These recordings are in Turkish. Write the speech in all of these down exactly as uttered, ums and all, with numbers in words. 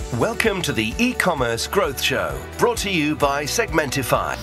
Welcome to the E-Commerce Growth Show, brought to you by Segmentify.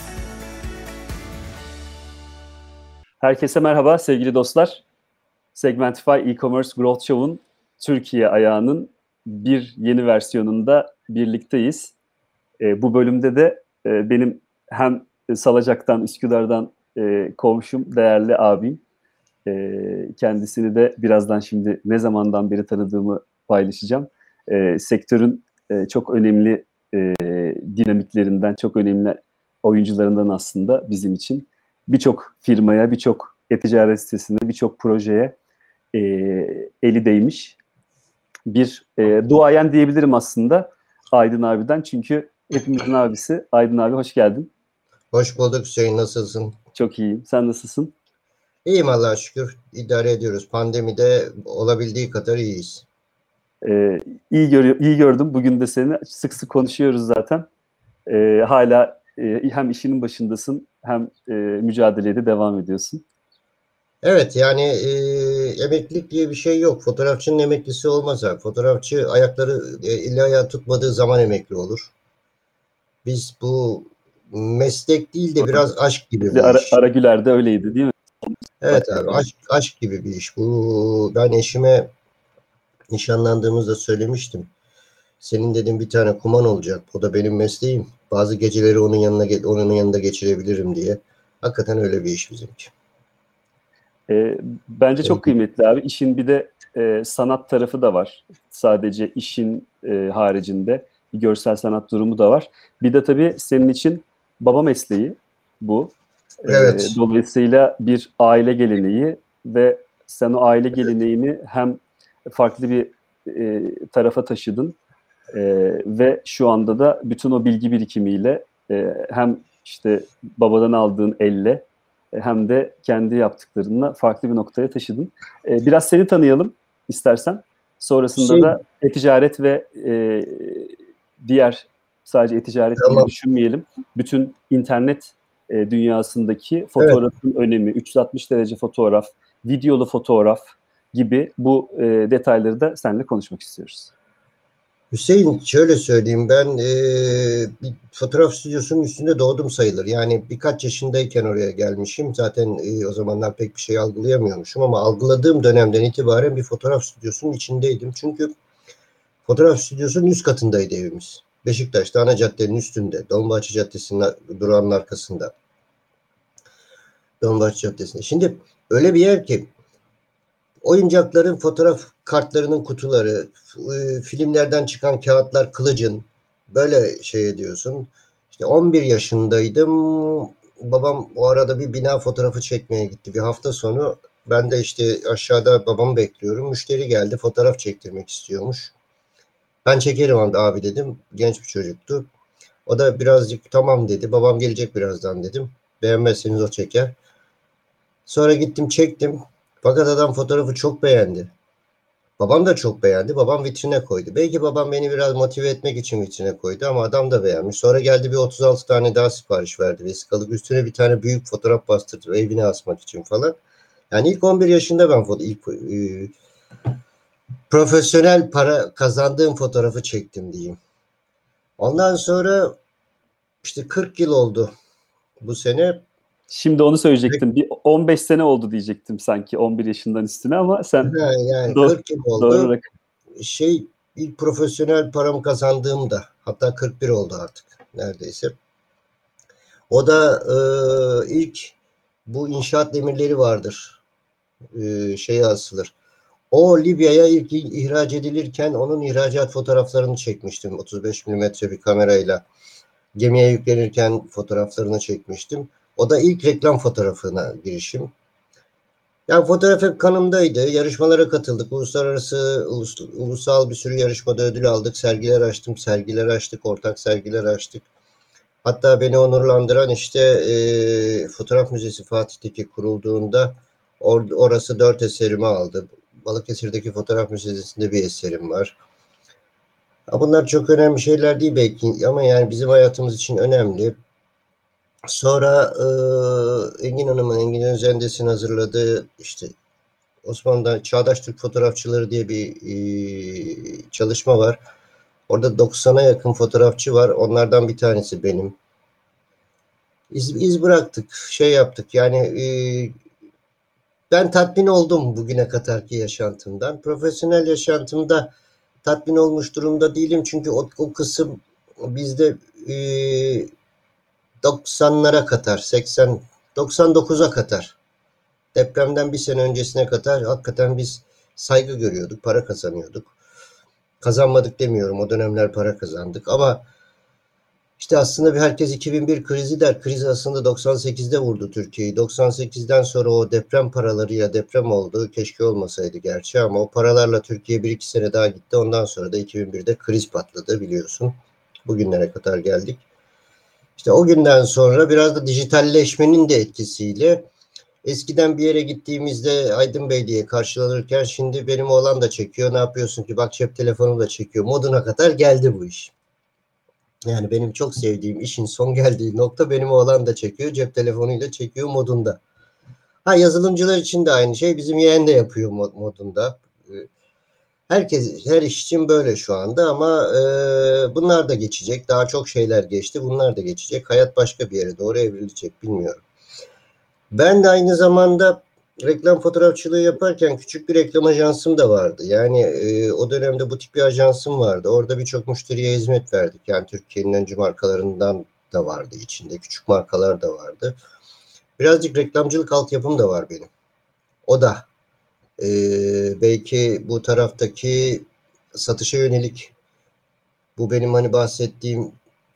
Herkese merhaba sevgili dostlar. Segmentify E-Commerce Growth Show'un Türkiye ayağının bir yeni versiyonunda birlikteyiz. E, bu bölümde de e, benim hem Salacak'tan, Üsküdar'dan e, komşum, değerli abim. E, kendisini de birazdan şimdi ne zamandan beri tanıdığımı paylaşacağım. E, sektörün e, çok önemli e, dinamiklerinden, çok önemli oyuncularından aslında bizim için. Birçok firmaya, birçok e-ticaret sitesine, birçok projeye e, eli değmiş. Bir e, duayen diyebilirim aslında Aydın abiden. Çünkü hepimizin abisi. Aydın abi hoş geldin. Hoş bulduk Hüseyin, nasılsın? Çok iyiyim. Sen nasılsın? İyiyim Allah'a şükür. İdare ediyoruz. Pandemide olabildiği kadar iyiyiz. Ee, iyi, gör- iyi gördüm. Bugün de seni. Sık sık konuşuyoruz zaten. Ee, hala e, hem işinin başındasın hem e, mücadeleye de devam ediyorsun. Evet, yani e, emeklilik diye bir şey yok. Fotoğrafçının emeklisi olmaz abi. Fotoğrafçı ayakları e, eli ayağı tutmadığı zaman emekli olur. Biz bu meslek değil de biraz aşk gibi bir Ara, iş. Aragüler'de öyleydi değil mi? Evet abi, aşk, aşk gibi bir iş. Bu ben eşime nişanlandığımızda söylemiştim. Senin dedim bir tane kuman olacak. O da benim mesleğim. Bazı geceleri onun yanına onun yanında geçirebilirim diye. Hakikaten öyle bir iş bizimki. E, bence çok kıymetli abi. İşin bir de e, sanat tarafı da var. Sadece işin e, haricinde bir görsel sanat durumu da var. Bir de tabii senin için baba mesleği bu. Evet. E, dolayısıyla bir aile geleneği ve sen o aile geleneğini hem farklı bir e, tarafa taşıdın e, ve şu anda da bütün o bilgi birikimiyle e, hem işte babadan aldığın elle hem de kendi yaptıklarınla farklı bir noktaya taşıdın. Ee, biraz seni tanıyalım istersen. Sonrasında şey, da e-ticaret ve e, diğer sadece e-ticaret tamam. gibi düşünmeyelim. Bütün internet e, dünyasındaki fotoğrafın evet. önemi, üç yüz altmış derece fotoğraf, videolu fotoğraf gibi bu e, detayları da seninle konuşmak istiyoruz. Hüseyin şöyle söyleyeyim, ben e, bir fotoğraf stüdyosunun üstünde doğdum sayılır. Yani birkaç yaşındayken oraya gelmişim. Zaten e, o zamanlar pek bir şey algılayamıyormuşum ama algıladığım dönemden itibaren bir fotoğraf stüdyosunun içindeydim. Çünkü fotoğraf stüdyosunun üst katındaydı evimiz. Beşiktaş'ta ana caddenin üstünde. Dolmabahçe Caddesi'nin durağının arkasında. Dolmabahçe Caddesi'nde. Şimdi öyle bir yer ki oyuncakların fotoğraf kartlarının kutuları, e, filmlerden çıkan kağıtlar kılıcın, böyle şey ediyorsun. İşte on bir yaşındaydım. Babam o arada bir bina fotoğrafı çekmeye gitti. Bir hafta sonu ben de işte aşağıda babamı bekliyorum. Müşteri geldi, fotoğraf çektirmek istiyormuş. Ben çekerim abi dedim. Genç bir çocuktu. O da birazcık tamam dedi. Babam gelecek birazdan dedim. Beğenmezseniz o çeker. Sonra gittim çektim. Fakat adam fotoğrafı çok beğendi. Babam da çok beğendi. Babam vitrine koydu. Belki babam beni biraz motive etmek için vitrine koydu ama adam da beğenmiş. Sonra geldi bir otuz altı tane daha sipariş verdi vesikalık. Üstüne bir tane büyük fotoğraf bastırdı evine asmak için falan. Yani ilk on bir yaşında ben foto- ilk e, profesyonel para kazandığım fotoğrafı çektim diyeyim. Ondan sonra işte kırk yıl oldu bu sene. Şimdi onu söyleyecektim. Bir on beş sene oldu diyecektim sanki on bir yaşından üstüne ama sen Ha, yani do- kırk yıl oldu. Doğru. Şey ilk profesyonel paramı kazandığımda hatta kırk bir oldu artık neredeyse. O da e, ilk bu inşaat demirleri vardır. E, şeye asılır. O Libya'ya ilk ihraç edilirken onun ihracat fotoğraflarını çekmiştim. otuz beş milimetre bir kamerayla. Gemiye yüklenirken fotoğraflarını çekmiştim. O da ilk reklam fotoğrafına girişim. Yani fotoğraf hep kanımdaydı. Yarışmalara katıldık. Uluslararası, ulus, ulusal bir sürü yarışmada ödül aldık. Sergiler açtım, sergiler açtık, ortak sergiler açtık. Hatta beni onurlandıran işte e, Fotoğraf Müzesi Fatih'teki kurulduğunda or, orası dört eserimi aldı. Balıkesir'deki Fotoğraf Müzesi'nde bir eserim var. Bunlar çok önemli şeyler değil belki ama yani bizim hayatımız için önemli. Sonra e, Engin Hanım'ın, Engin Özendes'in hazırladığı işte Osmanlı'da Çağdaş Türk Fotoğrafçıları diye bir e, çalışma var. Orada doksana yakın fotoğrafçı var. Onlardan bir tanesi benim. İz, iz bıraktık, şey yaptık. Yani e, ben tatmin oldum bugüne kadarki yaşantımdan. Profesyonel yaşantımda tatmin olmuş durumda değilim. Çünkü o, o kısım bizde e, doksanlara kadar, seksen, doksan dokuza kadar, depremden bir sene öncesine kadar hakikaten biz saygı görüyorduk, para kazanıyorduk. Kazanmadık demiyorum, o dönemler para kazandık ama işte aslında bir herkes iki bin bir krizi der. Kriz aslında doksan sekizde vurdu Türkiye'yi. doksan sekizden sonra o deprem paralarıyla deprem oldu. Keşke olmasaydı gerçi ama o paralarla Türkiye bir iki sene daha gitti. Ondan sonra da iki bin birde kriz patladı biliyorsun. Bugünlere kadar geldik. İşte o günden sonra biraz da dijitalleşmenin de etkisiyle eskiden bir yere gittiğimizde Aydın Bey diye karşılanırken şimdi benim oğlan da çekiyor. Ne yapıyorsun ki? Bak cep telefonu da çekiyor. Moduna kadar geldi bu iş. Yani benim çok sevdiğim işin son geldiği nokta benim oğlan da çekiyor. Cep telefonuyla çekiyor modunda. Ha yazılımcılar için de aynı şey. Bizim yeğen de yapıyor modunda. Herkes, her iş için böyle şu anda ama e, bunlar da geçecek. Daha çok şeyler geçti. Bunlar da geçecek. Hayat başka bir yere doğru evrilecek. Bilmiyorum. Ben de aynı zamanda reklam fotoğrafçılığı yaparken küçük bir reklam ajansım da vardı. Yani e, o dönemde butik bir ajansım vardı. Orada birçok müşteriye hizmet verdik. Yani Türkiye'nin öncü markalarından da vardı içinde. Küçük markalar da vardı. Birazcık reklamcılık altyapım da var benim. O da e, belki bu taraftaki satışa yönelik, bu benim hani bahsettiğim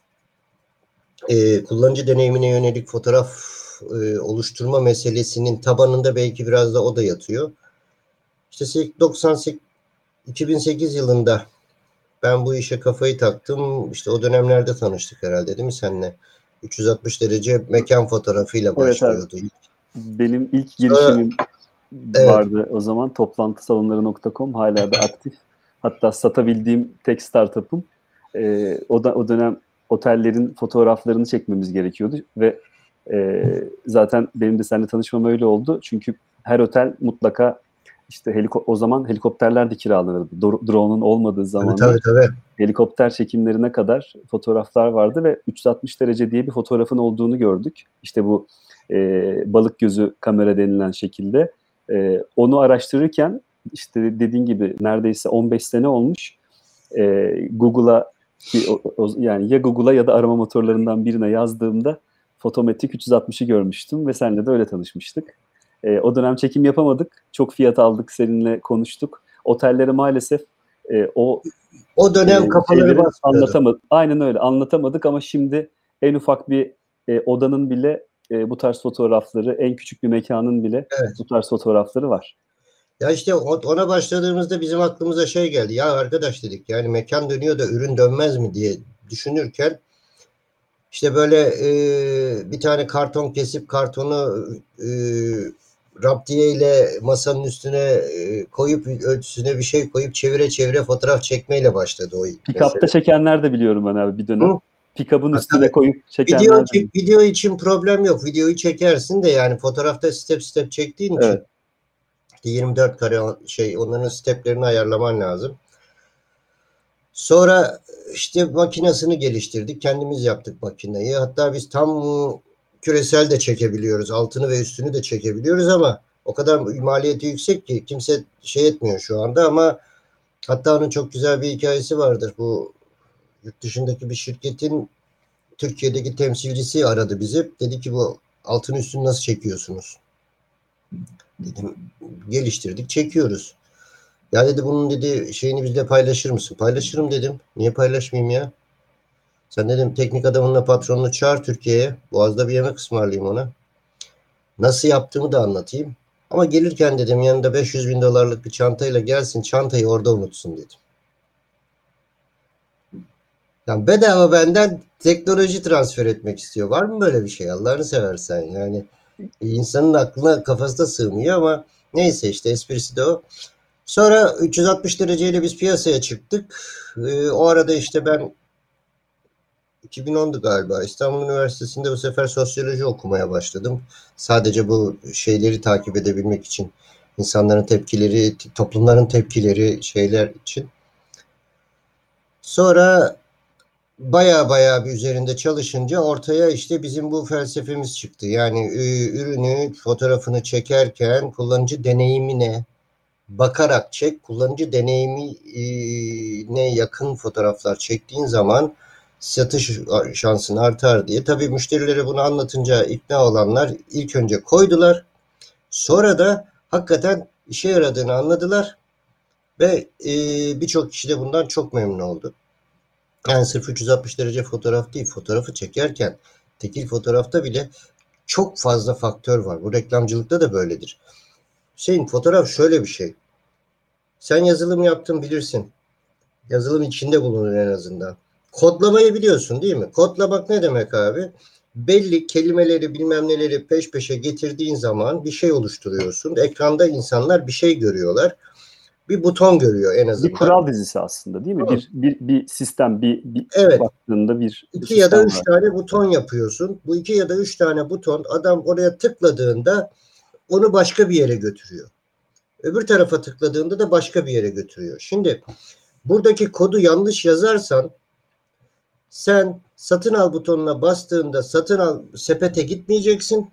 e, kullanıcı deneyimine yönelik fotoğraf e, oluşturma meselesinin tabanında belki biraz da o da yatıyor. İşte doksan sekiz, iki bin sekiz yılında ben bu işe kafayı taktım. İşte o dönemlerde tanıştık herhalde değil mi seninle? üç yüz altmış derece mekan fotoğrafıyla başlıyordu. Evet abi. Benim ilk Sonra, girişimim evet. vardı o zaman. toplantı salonları nokta com hala da aktif. Hatta satabildiğim tek startup'ım. Ee, o da o dönem otellerin fotoğraflarını çekmemiz gerekiyordu ve e, zaten benim de seninle tanışmam öyle oldu. Çünkü her otel mutlaka işte heliko- o zaman helikopterler de kiralanırdı. Do- drone'un olmadığı zamanlar. Tabii, tabii, tabii. Helikopter çekimlerine kadar fotoğraflar vardı ve üç yüz altmış derece diye bir fotoğrafın olduğunu gördük. İşte bu e, balık gözü kamera denilen şekilde. E, onu araştırırken işte dediğin gibi neredeyse on beş sene olmuş. E, Google'a ki o, o, yani ya Google'a ya da arama motorlarından birine yazdığımda Fotometrik üç yüz altmışı görmüştüm ve seninle de öyle tanışmıştık. E, o dönem çekim yapamadık. Çok fiyat aldık, seninle konuştuk. Otellere maalesef e, o o dönem e, kafaları basmıyordu. Anlatamadık. Aynen öyle anlatamadık ama şimdi en ufak bir e, odanın bile e, bu tarz fotoğrafları, en küçük bir mekanın bile evet. bu tarz fotoğrafları var. Ya işte ona başladığımızda bizim aklımıza şey geldi. Ya arkadaş dedik, yani mekan dönüyor da ürün dönmez mi diye düşünürken işte böyle e, bir tane karton kesip kartonu e, raptiye ile masanın üstüne e, koyup ölçüsüne bir şey koyup çevire çevire fotoğraf çekmeyle başladı o ilk Pick-up'ta çekenler de biliyorum ben abi bir dönem. Hı? Pick-up'ın üstüne tabii, koyup çekenler video, de. video için problem yok. Videoyu çekersin de yani fotoğrafta step step çektiğin için evet. yirmi dört kare şey, onların steplerini ayarlaman lazım. Sonra işte makinesini geliştirdik. Kendimiz yaptık makineyi. Hatta biz tam küresel de çekebiliyoruz. Altını ve üstünü de çekebiliyoruz ama o kadar maliyeti yüksek ki kimse şey etmiyor şu anda ama hatta onun çok güzel bir hikayesi vardır. Bu yurt dışındaki bir şirketin Türkiye'deki temsilcisi aradı bizi. Dedi ki bu altını üstünü nasıl çekiyorsunuz? Dedim geliştirdik, çekiyoruz. Ya dedi bunun dedi şeyini bizle paylaşır mısın? Paylaşırım dedim. Niye paylaşmayayım ya? Sen dedim teknik adamınla patronunu çağır Türkiye'ye. Boğaz'da bir yemek ısmarlayayım ona. Nasıl yaptığımı da anlatayım. Ama gelirken dedim yanında beş yüz bin dolarlık bir çantayla gelsin, çantayı orada unutsun dedim. Yani bedava benden teknoloji transfer etmek istiyor. Var mı böyle bir şey? Allah'ını seversen yani. İnsanın aklına, kafasına sığmıyor ama neyse işte esprisi de o. Sonra üç yüz altmış dereceyle biz piyasaya çıktık. Ee, o arada işte ben iki bin ondu galiba İstanbul Üniversitesi'nde bu sefer sosyoloji okumaya başladım. Sadece bu şeyleri takip edebilmek için, insanların tepkileri, toplumların tepkileri şeyler için. Sonra baya baya bir üzerinde çalışınca ortaya işte bizim bu felsefemiz çıktı. Yani e, ürünü, fotoğrafını çekerken kullanıcı deneyimine bakarak çek, kullanıcı deneyimine yakın fotoğraflar çektiğin zaman satış şansın artar diye. Tabii müşterilere bunu anlatınca ikna olanlar ilk önce koydular. Sonra da hakikaten işe yaradığını anladılar ve e, birçok kişi de bundan çok memnun oldu. Yani sırf üç yüz altmış derece fotoğraf değil, fotoğrafı çekerken tekil fotoğrafta bile çok fazla faktör var. Bu reklamcılıkta da böyledir. Hüseyin, fotoğraf şöyle bir şey. Sen yazılım yaptın, bilirsin. Yazılım içinde bulunur en azından. Kodlamayı biliyorsun değil mi? Kodlamak ne demek abi? Belli kelimeleri bilmem neleri peş peşe getirdiğin zaman bir şey oluşturuyorsun. Ekranda insanlar bir şey görüyorlar. Bir buton görüyor en azından. Bir kural dizisi aslında değil mi? Tamam. Bir, bir, bir sistem, bir, bir evet. baktığında bir İki ya da üç var. tane buton yapıyorsun. Bu iki ya da üç tane buton adam oraya tıkladığında onu başka bir yere götürüyor. Öbür tarafa tıkladığında da başka bir yere götürüyor. Şimdi buradaki kodu yanlış yazarsan sen satın al butonuna bastığında satın al sepete gitmeyeceksin.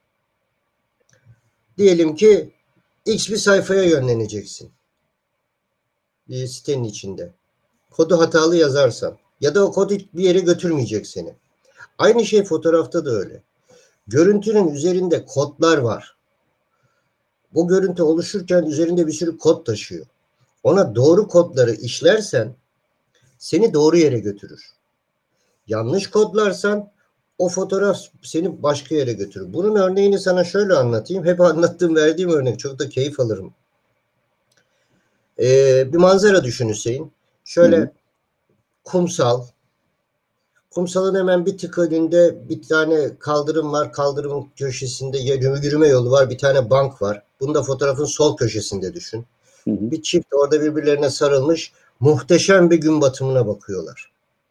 Diyelim ki X bir sayfaya yönleneceksin. Bir sitenin içinde. Kodu hatalı yazarsan ya da o kod bir yere götürmeyecek seni. Aynı şey fotoğrafta da öyle. Görüntünün üzerinde kodlar var. Bu görüntü oluşurken üzerinde bir sürü kod taşıyor. Ona doğru kodları işlersen seni doğru yere götürür. Yanlış kodlarsan o fotoğraf seni başka yere götürür. Bunun örneğini sana şöyle anlatayım. Hep anlattığım, verdiğim örnek. Çok da keyif alırım. Ee, bir manzara düşün Hüseyin. Şöyle Hı-hı. kumsal. Kumsalın hemen bir tık önünde bir tane kaldırım var. Kaldırımın köşesinde yürüme yolu var. Bir tane bank var. Bunu da fotoğrafın sol köşesinde düşün. Hı-hı. Bir çift orada birbirlerine sarılmış. Muhteşem bir gün batımına bakıyorlar.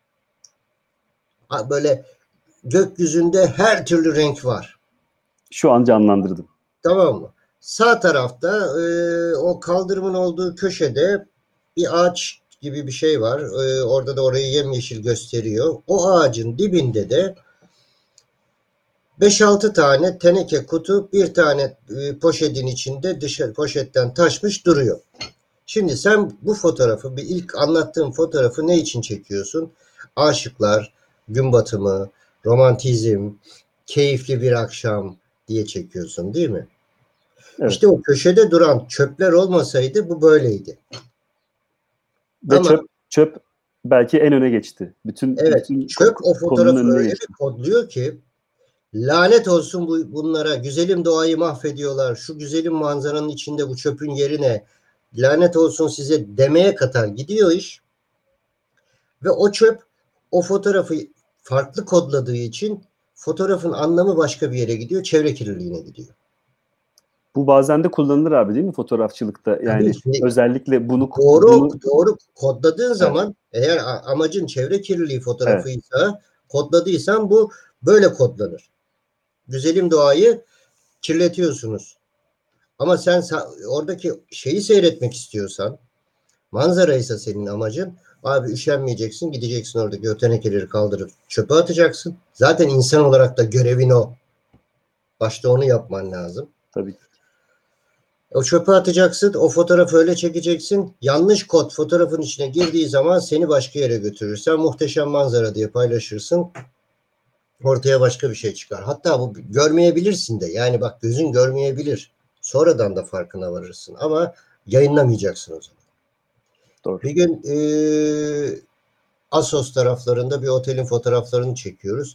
Böyle gökyüzünde her türlü renk var. Şu an canlandırdım. Tamam mı? Sağ tarafta e, o kaldırımın olduğu köşede bir ağaç gibi bir şey var. E, orada da orayı yemyeşil gösteriyor. O ağacın dibinde de beş altı tane teneke kutu, bir tane e, poşetin içinde dışarı poşetten taşmış duruyor. Şimdi sen bu fotoğrafı, bir ilk anlattığım fotoğrafı ne için çekiyorsun? Aşıklar, gün batımı, romantizm, keyifli bir akşam diye çekiyorsun değil mi? Evet. İşte o köşede duran çöpler olmasaydı bu böyleydi. Ve Ama, çöp, çöp belki en öne geçti. Bütün, evet, bütün çöp o fotoğrafı öyle geçti. Bir kodluyor ki lanet olsun bu, bunlara, güzelim doğayı mahvediyorlar, şu güzelim manzaranın içinde bu çöpün yerine lanet olsun size demeye kadar gidiyor iş. Ve o çöp o fotoğrafı farklı kodladığı için fotoğrafın anlamı başka bir yere gidiyor. Çevre kirliliğine gidiyor. Bu bazen de kullanılır abi değil mi fotoğrafçılıkta? Yani şimdi, özellikle bunu doğru bunu... doğru kodladığın evet. zaman eğer amacın çevre kirliliği fotoğrafıysa evet. kodladıysan bu böyle kodlanır. Güzelim doğayı kirletiyorsunuz. Ama sen oradaki şeyi seyretmek istiyorsan, manzaraysa senin amacın, abi üşenmeyeceksin, gideceksin oradaki o tenekeleri kaldırıp çöpe atacaksın. Zaten insan olarak da görevin o. Başta onu yapman lazım. Tabii. O çöpe atacaksın, o fotoğrafı öyle çekeceksin. Yanlış kod fotoğrafın içine girdiği zaman seni başka yere götürür. Sen muhteşem manzara diye paylaşırsın. Ortaya başka bir şey çıkar. Hatta bu görmeyebilirsin de. Yani bak gözün görmeyebilir. Sonradan da farkına varırsın. Ama yayınlamayacaksın o zaman. Doğru. Bir gün e, Assos taraflarında bir otelin fotoğraflarını çekiyoruz.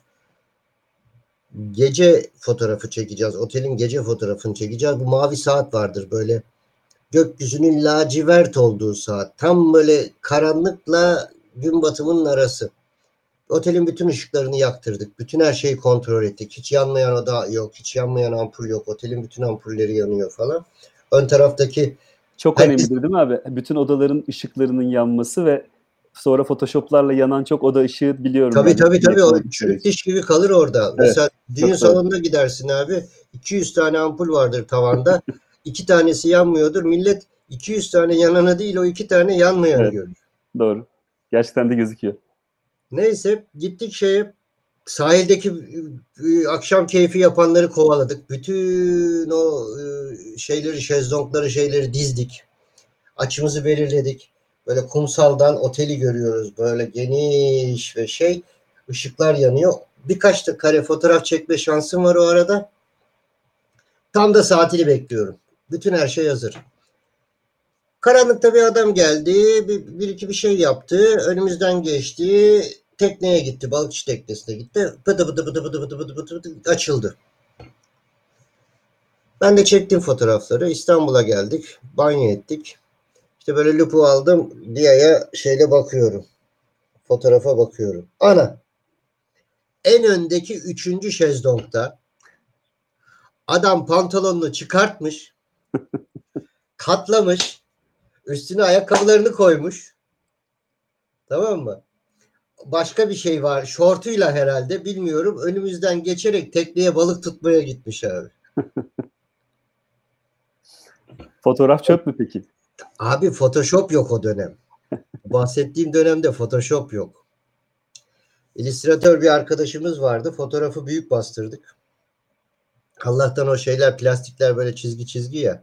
Gece fotoğrafı çekeceğiz. Otelin gece fotoğrafını çekeceğiz. Bu mavi saat vardır böyle. Gökyüzünün lacivert olduğu saat. Tam böyle karanlıkla gün batımının arası. Otelin bütün ışıklarını yaktırdık. Bütün her şeyi kontrol ettik. Hiç yanmayan oda yok. Hiç yanmayan ampul yok. Otelin bütün ampulleri yanıyor falan. Ön taraftaki... Çok herkes... önemlidir değil mi abi? Bütün odaların ışıklarının yanması ve sonra Photoshop'larla yanan çok oda ışığı biliyorum. Tabii yani. tabii tabii. O çürük diş gibi kalır orada. Evet, mesela düğün salonuna gidersin abi. iki yüz tane ampul vardır tavanda. iki tanesi yanmıyordur. Millet iki yüz tane yananı değil o iki tane yanmayanı evet, görür. Doğru. Gerçekten de gözüküyor. Neyse gittik şeye, sahildeki e, akşam keyfi yapanları kovaladık. Bütün o e, şeyleri, şezlongları, şeyleri dizdik. Açımızı belirledik. Böyle kumsaldan oteli görüyoruz. Böyle geniş ve şey, ışıklar yanıyor. Birkaç da kare fotoğraf çekme şansım var o arada. Tam da saatini bekliyorum. Bütün her şey hazır. Karanlıkta bir adam geldi. Bir, bir iki bir şey yaptı. Önümüzden geçti. Tekneye gitti. Balıkçı teknesine gitti. Pıtı pıtı pıtı pıtı pıtı pıtı pıtı pıtı açıldı. Ben de çektim fotoğrafları. İstanbul'a geldik. Banyo ettik. İşte böyle lupu aldım. Dia'ya şeyle bakıyorum. Fotoğrafa bakıyorum. Ana. En öndeki üçüncü şezlongda adam pantolonunu çıkartmış. Katlamış. Üstüne ayakkabılarını koymuş. Tamam mı? Başka bir şey var. Şortuyla herhalde, bilmiyorum. Önümüzden geçerek tekneye balık tutmaya gitmiş abi. Fotoğraf çöp mü peki? Abi Photoshop yok o dönem. Bahsettiğim dönemde Photoshop yok. İllüstratör bir arkadaşımız vardı. Fotoğrafı büyük bastırdık. Allah'tan o şeyler, plastikler böyle çizgi çizgi ya.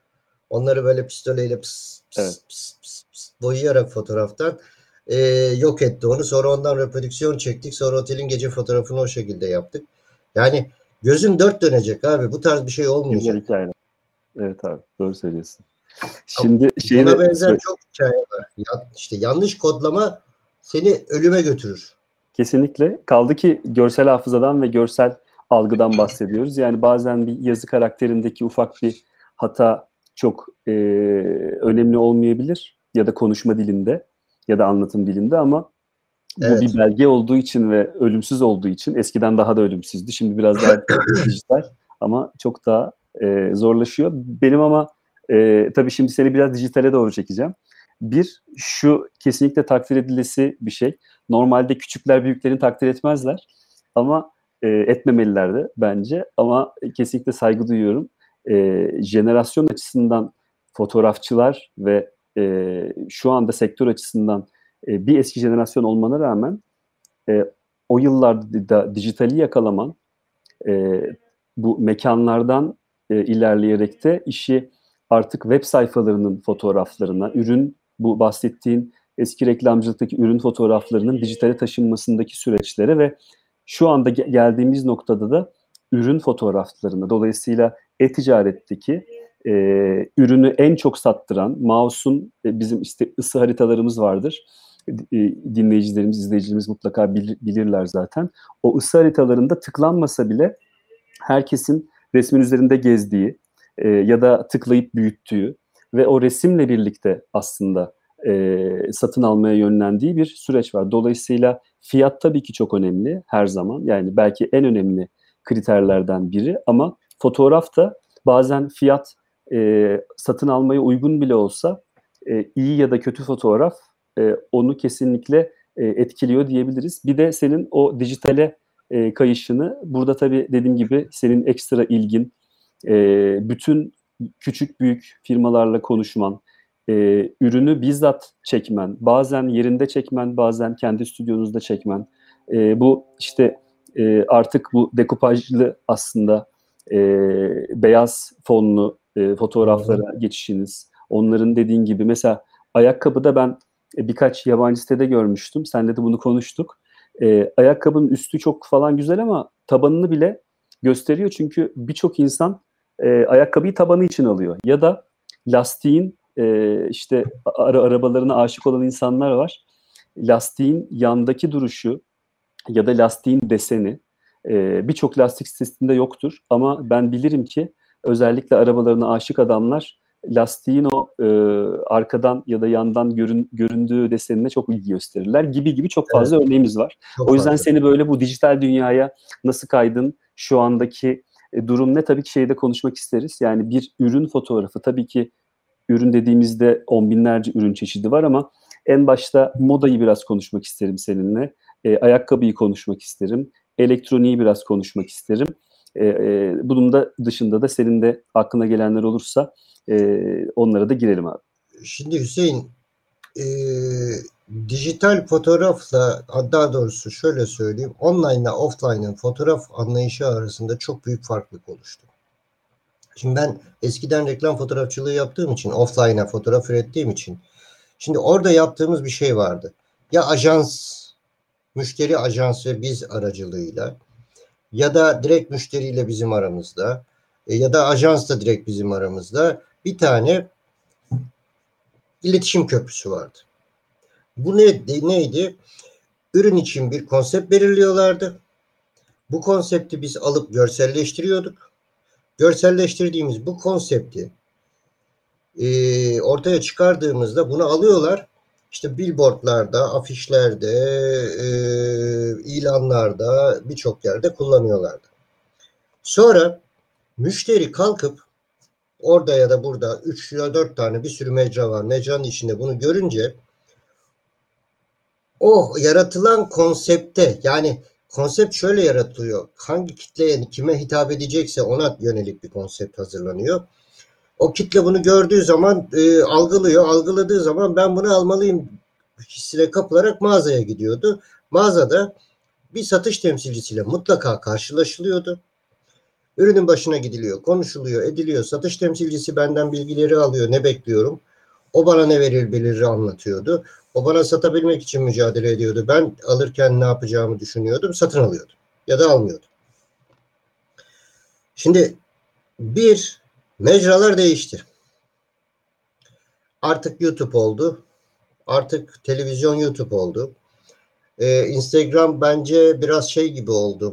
Onları böyle pistoleyle pıs pıs, Evet. pıs, pıs, pıs, boyayarak fotoğraftan e, yok etti onu. Sonra ondan reprodüksiyon çektik. Sonra otelin gece fotoğrafını o şekilde yaptık. Yani gözün dört dönecek abi. Bu tarz bir şey olmayacak. Güzel hikaye. Evet abi, doğru söylüyorsun. Şimdi şeyi Buna de benzer çok hikaye var. Ya, işte yanlış kodlama seni ölüme götürür. kesinlikle. Kaldı ki görsel hafızadan ve görsel algıdan bahsediyoruz. Yani bazen bir yazı karakterindeki ufak bir hata çok e, önemli olmayabilir. Ya da konuşma dilinde ya da anlatım dilinde, ama bu Evet. bir belge olduğu için ve ölümsüz olduğu için, eskiden daha da ölümsüzdü. Şimdi biraz daha dijital ama çok daha e, zorlaşıyor. Benim ama e, tabii şimdi seni biraz dijitale doğru çekeceğim. Bir, şu kesinlikle takdir edilesi bir şey. Normalde küçükler büyüklerini takdir etmezler ama e, etmemeliler de bence. Ama kesinlikle saygı duyuyorum. E, jenerasyon açısından fotoğrafçılar ve e, şu anda sektör açısından e, bir eski jenerasyon olmana rağmen e, o yıllarda dijitali yakalaman, e, bu mekanlardan e, ilerleyerek de işi artık web sayfalarının fotoğraflarına, ürün, bu bahsettiğin eski reklamcılıktaki ürün fotoğraflarının dijitale taşınmasındaki süreçlere ve şu anda ge- geldiğimiz noktada da ürün fotoğraflarına, dolayısıyla e-ticaretteki e, ürünü en çok sattıran mouse'un, e, bizim işte ısı haritalarımız vardır. E, dinleyicilerimiz, izleyicilerimiz mutlaka bilir, bilirler zaten. O ısı haritalarında tıklanmasa bile herkesin resmin üzerinde gezdiği e, ya da tıklayıp büyüttüğü ve o resimle birlikte aslında e, satın almaya yönlendiği bir süreç var. Dolayısıyla fiyat tabii ki çok önemli her zaman. Yani belki en önemli kriterlerden biri, ama fotoğraf da bazen fiyat e, satın almaya uygun bile olsa e, iyi ya da kötü fotoğraf e, onu kesinlikle e, etkiliyor diyebiliriz. Bir de senin o dijitale e, kayışını, burada tabii dediğim gibi senin ekstra ilgin, e, bütün küçük büyük firmalarla konuşman, e, ürünü bizzat çekmen, bazen yerinde çekmen, bazen kendi stüdyonuzda çekmen, e, bu işte e, artık bu dekupajlı aslında e, beyaz fonlu e, fotoğraflara geçişiniz, onların dediğin gibi mesela ayakkabıda ben e, birkaç yabancı sitede görmüştüm, seninle de bunu konuştuk. E, ayakkabının üstü çok falan güzel ama tabanını bile gösteriyor, çünkü birçok insan e, ayakkabıyı tabanı için alıyor. Ya da lastiğin e, işte ara, arabalarına aşık olan insanlar var. Lastiğin yandaki duruşu ya da lastiğin deseni e, birçok lastik sitesinde yoktur. Ama ben bilirim ki özellikle arabalarına aşık adamlar lastiğin o e, arkadan ya da yandan görün, göründüğü desenine çok ilgi gösterirler gibi gibi çok fazla Evet. örneğimiz var. Çok O yüzden fazla. seni böyle bu dijital dünyaya nasıl kaydın, şu andaki e, durum ne, tabii ki şeyde konuşmak isteriz. Yani bir ürün fotoğrafı, tabii ki ürün dediğimizde on binlerce ürün çeşidi var ama en başta modayı biraz konuşmak isterim seninle. E, ayakkabıyı konuşmak isterim. Elektroniği biraz konuşmak isterim. E, e, bunun da dışında da senin de aklına gelenler olursa e, onlara da girelim abi. Şimdi Hüseyin, e, dijital fotoğrafla, daha doğrusu şöyle söyleyeyim, online ile offline'ın fotoğraf anlayışı arasında çok büyük farklılık oluştu. Şimdi ben eskiden reklam fotoğrafçılığı yaptığım için, offline'a fotoğraf ürettiğim için, şimdi orada yaptığımız bir şey vardı. Ya ajans, müşteri ajans ve biz aracılığıyla, ya da direkt müşteriyle bizim aramızda, ya da ajans da direkt bizim aramızda bir tane iletişim köprüsü vardı. Bu ne, neydi? Ürün için bir konsept belirliyorlardı. Bu konsepti biz alıp görselleştiriyorduk. Görselleştirdiğimiz bu konsepti e, ortaya çıkardığımızda bunu alıyorlar. İşte billboardlarda, afişlerde, e, ilanlarda, birçok yerde kullanıyorlardı. Sonra müşteri kalkıp orada ya da burada üç ya dört tane bir sürü mecra var. Mecranın içinde bunu görünce o yaratılan konsepte, yani konsept şöyle yaratılıyor. Hangi kitleye, kime hitap edecekse ona yönelik bir konsept hazırlanıyor. O kitle bunu gördüğü zaman e, algılıyor. Algıladığı zaman ben bunu almalıyım hissine kapılarak mağazaya gidiyordu. Mağazada bir satış temsilcisiyle mutlaka karşılaşılıyordu. Ürünün başına gidiliyor, konuşuluyor, ediliyor. Satış temsilcisi benden bilgileri alıyor, ne bekliyorum. O bana ne verir bilir anlatıyordu. O bana satabilmek için mücadele ediyordu. Ben alırken ne yapacağımı düşünüyordum, satın alıyordum ya da almıyordum. Şimdi bir, mecralar değişti. Artık YouTube oldu. Artık televizyon YouTube oldu. Ee, Instagram bence biraz şey gibi oldu.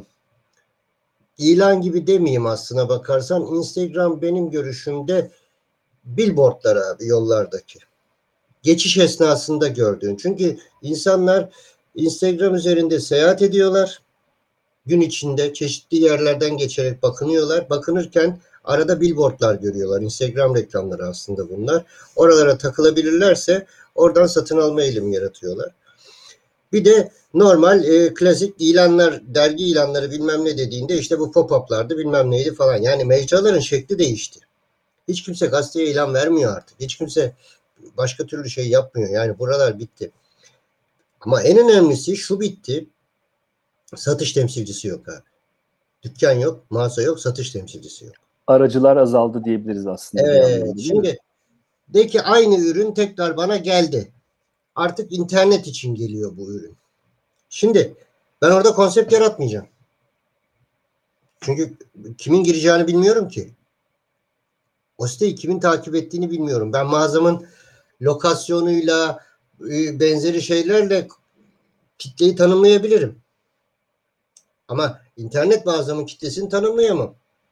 İlan gibi demeyeyim aslına bakarsan. Instagram benim görüşümde billboardlar abi, yollardaki. Geçiş esnasında gördüğün. Çünkü insanlar Instagram üzerinde seyahat ediyorlar. Gün içinde çeşitli yerlerden geçerek bakınıyorlar. Bakınırken arada billboardlar görüyorlar. Instagram reklamları aslında bunlar. Oralara takılabilirlerse oradan satın alma eğilimi yaratıyorlar. Bir de normal e, klasik ilanlar, dergi ilanları bilmem ne dediğinde işte bu pop-up'lardı bilmem neydi falan. Yani mecraların şekli değişti. Hiç kimse gazeteye ilan vermiyor artık. Hiç kimse başka türlü şey yapmıyor. Yani buralar bitti. Ama en önemlisi şu bitti. Satış temsilcisi yok abi. Dükkan yok, mağaza yok, satış temsilcisi yok. Aracılar azaldı diyebiliriz aslında. Evet. Şimdi de ki aynı ürün tekrar bana geldi. Artık internet için geliyor bu ürün. Şimdi ben orada konsept yaratmayacağım. Çünkü kimin gireceğini bilmiyorum ki. O siteyi kimin takip ettiğini bilmiyorum. Ben mağazamın lokasyonuyla benzeri şeylerle kitleyi tanımlayabilirim. Ama internet mağazamın kitlesini tanımlayamam.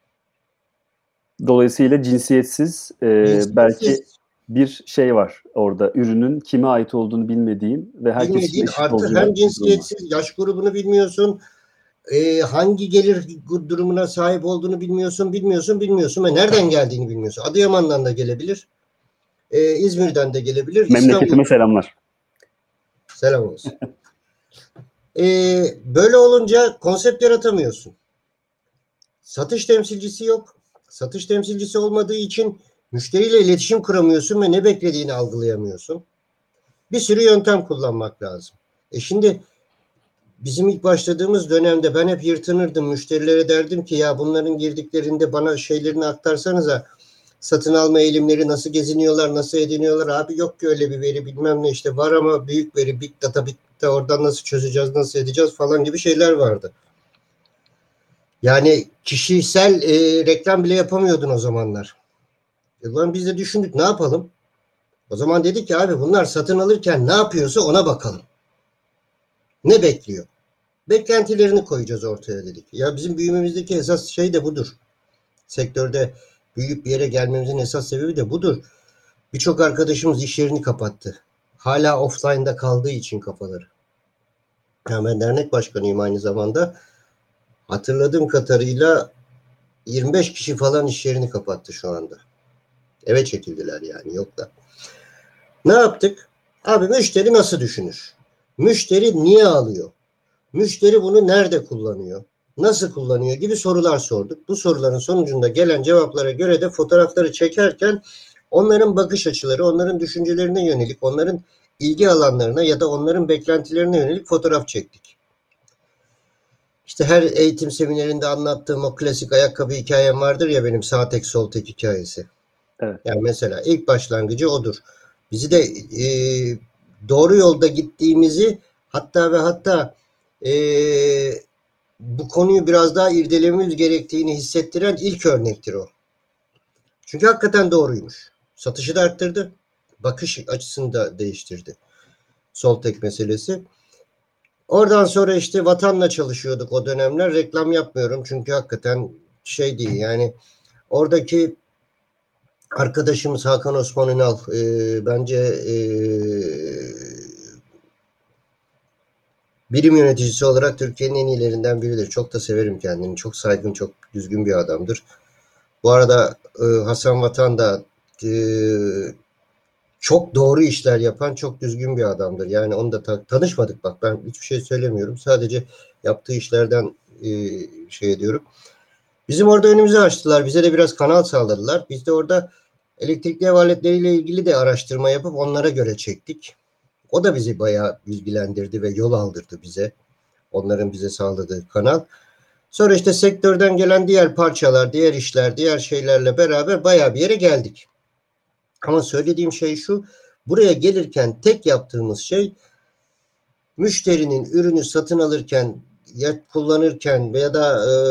Dolayısıyla cinsiyetsiz, e, cinsiyetsiz belki bir şey var orada. Ürünün kime ait olduğunu bilmediğin ve herkesin bilmediğin eşit artı olacağı hem cinsiyetsiz, yaş grubunu bilmiyorsun. E, hangi gelir durumuna sahip olduğunu bilmiyorsun, bilmiyorsun, bilmiyorsun ve nereden geldiğini bilmiyorsun. Adıyaman'dan da gelebilir. E, İzmir'den de gelebilir. Memleketime İstanbul... selamlar. Selam olsun. e, böyle olunca konsept yaratamıyorsun. Satış temsilcisi yok. Satış temsilcisi olmadığı için müşteriyle iletişim kuramıyorsun ve ne beklediğini algılayamıyorsun. Bir sürü yöntem kullanmak lazım. E şimdi bizim ilk başladığımız dönemde ben hep yırtınırdım. Müşterilere derdim ki ya bunların girdiklerinde bana şeylerini aktarsanıza, satın alma eğilimleri nasıl geziniyorlar, nasıl ediniyorlar. Abi yok ki öyle bir veri bilmem ne işte var ama büyük veri, big data, big data oradan nasıl çözeceğiz, nasıl edeceğiz falan gibi şeyler vardı. Yani kişisel e, reklam bile yapamıyordun o zamanlar. E, ulan biz de düşündük ne yapalım? O zaman dedik ki abi bunlar satın alırken ne yapıyorsa ona bakalım. Ne bekliyor? Beklentilerini koyacağız ortaya dedik. Ya bizim büyümemizdeki esas şey de budur. Sektörde büyüyüp bir yere gelmemizin esas sebebi de budur. Birçok arkadaşımız iş yerini kapattı. Hala offline'da kaldığı için kafaları. Yani ben dernek başkanıyım aynı zamanda. Hatırladığım kadarıyla yirmi beş kişi falan iş yerini kapattı şu anda. Eve çekildiler yani yok da. Ne yaptık? Abi müşteri nasıl düşünür? Müşteri niye alıyor? Müşteri bunu nerede kullanıyor? Nasıl kullanıyor gibi sorular sorduk. Bu soruların sonucunda gelen cevaplara göre de fotoğrafları çekerken onların bakış açıları, onların düşüncelerine yönelik, onların ilgi alanlarına ya da onların beklentilerine yönelik fotoğraf çektik. İşte her eğitim seminerinde anlattığım o klasik ayakkabı hikayem vardır ya, benim sağ tek sol tek hikayesi. Evet. Yani mesela ilk başlangıcı odur. Bizi de e, doğru yolda gittiğimizi, hatta ve hatta e, bu konuyu biraz daha irdelememiz gerektiğini hissettiren ilk örnektir o. Çünkü hakikaten doğruymuş. Satışı da arttırdı. Bakış açısını da değiştirdi. Sol tek meselesi. Oradan sonra işte Vatan'la çalışıyorduk o dönemler. Reklam yapmıyorum çünkü hakikaten şey değil yani. Oradaki arkadaşımız Hakan Osman Ünal e, bence e, birim yöneticisi olarak Türkiye'nin en iyilerinden biridir. Çok da severim kendini. Çok saygın, çok düzgün bir adamdır. Bu arada e, Hasan Vatan da e, çok doğru işler yapan, çok düzgün bir adamdır. Yani onu da ta- tanışmadık bak, ben hiçbir şey söylemiyorum. Sadece yaptığı işlerden e, şey ediyorum. Bizim orada önümüzü açtılar. Bize de biraz kanal sağladılar. Biz de orada elektrikli ev aletleriyle ilgili de araştırma yapıp onlara göre çektik. O da bizi bayağı bilgilendirdi ve yol aldırdı bize. Onların bize sağladığı kanal. Sonra işte sektörden gelen diğer parçalar, diğer işler, diğer şeylerle beraber bayağı bir yere geldik. Ama söylediğim şey şu, buraya gelirken tek yaptığımız şey müşterinin ürünü satın alırken ya kullanırken veya da e,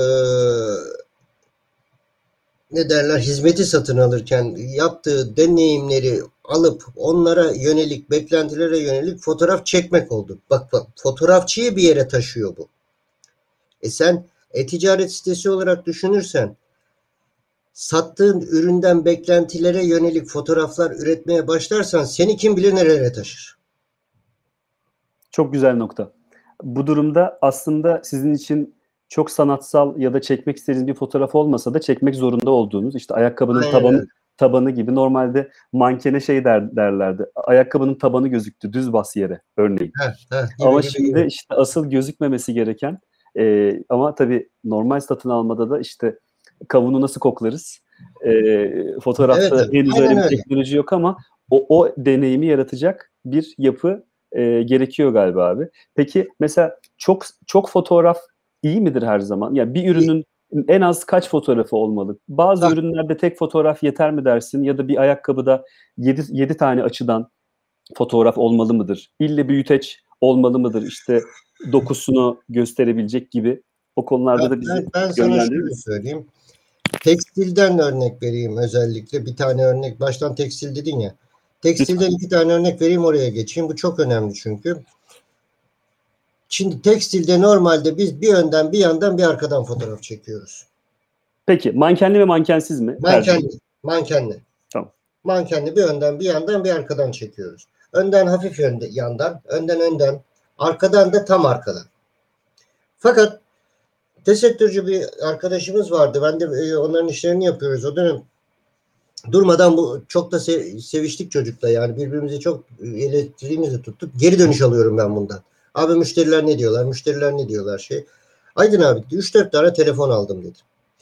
ne derler hizmeti satın alırken yaptığı deneyimleri alıp onlara yönelik, beklentilere yönelik fotoğraf çekmek oldu. Bak bak, fotoğrafçıyı bir yere taşıyor bu. E sen e-ticaret sitesi olarak düşünürsen sattığın üründen beklentilere yönelik fotoğraflar üretmeye başlarsan seni kim bilir nerelere taşır. Çok güzel nokta. Bu durumda aslında sizin için çok sanatsal ya da çekmek istediğiniz bir fotoğraf olmasa da çekmek zorunda olduğunuz, işte ayakkabının Aynen tabanı öyle. tabanı gibi, normalde mankene şey der, derlerdi. Ayakkabının tabanı gözüktü, düz bas yere örneğin. Heh, heh, gibi, Ama gibi, şimdi gibi. işte asıl gözükmemesi gereken e, ama tabii normal satın almada da işte kavunu nasıl koklarız? E, fotoğrafta Evet, henüz öyle aynen bir öyle. teknoloji yok ama o, o deneyimi yaratacak bir yapı e, gerekiyor galiba abi. Peki mesela çok çok fotoğraf iyi midir her zaman? Yani bir ürünün en az kaç fotoğrafı olmalı? Bazı Bak, ürünlerde tek fotoğraf yeter mi dersin? Ya da bir ayakkabıda yedi tane açıdan fotoğraf olmalı mıdır? İlle büyüteç olmalı mıdır? İşte dokusunu gösterebilecek gibi. O konularda da bizi ben, ben sana yönlendirir şöyle misin? söyleyeyim. Tekstilden örnek vereyim özellikle. Bir tane örnek. Baştan tekstil dedin ya. Lütfen. Tekstilden iki tane örnek vereyim, oraya geçeyim. Bu çok önemli çünkü. Şimdi tekstilde normalde biz bir önden bir yandan bir arkadan fotoğraf çekiyoruz. Peki mankenli ve mankensiz mi tercih? Mankenli. Mankenli. Tamam. Mankenli bir önden bir yandan bir arkadan çekiyoruz. Önden hafif yönde, yandan, önden önden, arkadan da tam arkadan. Fakat tesettürcü bir arkadaşımız vardı. Ben de e, onların işlerini yapıyoruz o dönem. Durmadan bu çok da sev, seviştik çocukla, yani birbirimizi çok elektriğimizi tuttuk. Geri dönüş alıyorum ben bundan. Abi müşteriler ne diyorlar? Müşteriler ne diyorlar şey. Aydın abi üç dört tane telefon aldım dedi.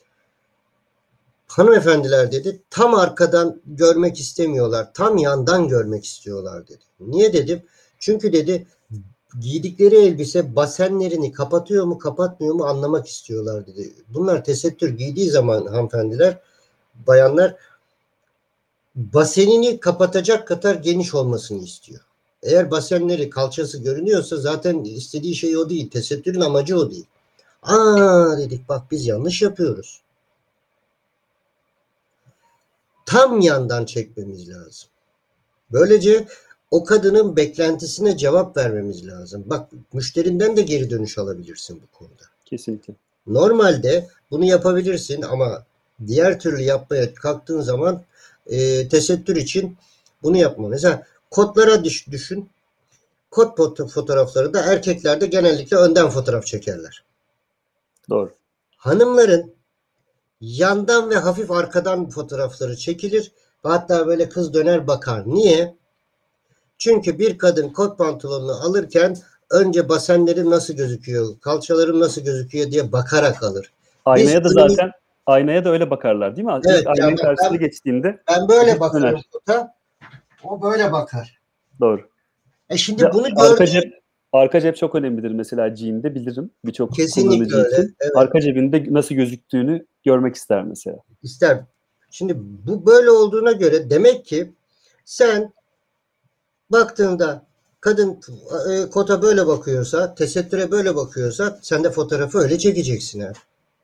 Hanımefendiler dedi tam arkadan görmek istemiyorlar. Tam yandan görmek istiyorlar dedi. Niye dedim? Çünkü dedi giydikleri elbise basenlerini kapatıyor mu kapatmıyor mu anlamak istiyorlar dedi. Bunlar tesettür giydiği zaman hanımefendiler, bayanlar basenini kapatacak kadar geniş olmasını istiyor. Eğer basenleri, kalçası görünüyorsa zaten istediği şey o değil. Tesettürün amacı o değil. Aa dedik, bak biz yanlış yapıyoruz. Tam yandan çekmemiz lazım. Böylece o kadının beklentisine cevap vermemiz lazım. Bak müşterinden de geri dönüş alabilirsin bu konuda. Kesinlikle. Normalde bunu yapabilirsin ama diğer türlü yapmaya kalktığın zaman e, tesettür için bunu yapma. Mesela kotlara düş, düşün. Kot fotoğrafları da erkeklerde genellikle önden fotoğraf çekerler. Doğru. Hanımların yandan ve hafif arkadan fotoğrafları çekilir. Hatta böyle kız döner bakar. Niye? Çünkü bir kadın kot pantolonunu alırken önce basenlerim nasıl gözüküyor, kalçalarım nasıl gözüküyor diye bakarak alır. Aynaya Biz da önümüz... zaten aynaya da öyle bakarlar değil mi? Evet, İlk aynanın yani karşısına ben, geçtiğinde ben böyle döner. bakarım kota. O böyle bakar. Doğru. E şimdi Ya, bunu arka gördüğün cep arka cep çok önemlidir mesela jean'de bilirim birçok kesinlikle kullanıcı öyle. için. Evet, Arka cebinde nasıl gözüktüğünü görmek ister mesela. ister. Şimdi bu böyle olduğuna göre demek ki sen baktığında kadın e, kota böyle bakıyorsa, tesettüre böyle bakıyorsa sen de fotoğrafı öyle çekeceksin ha.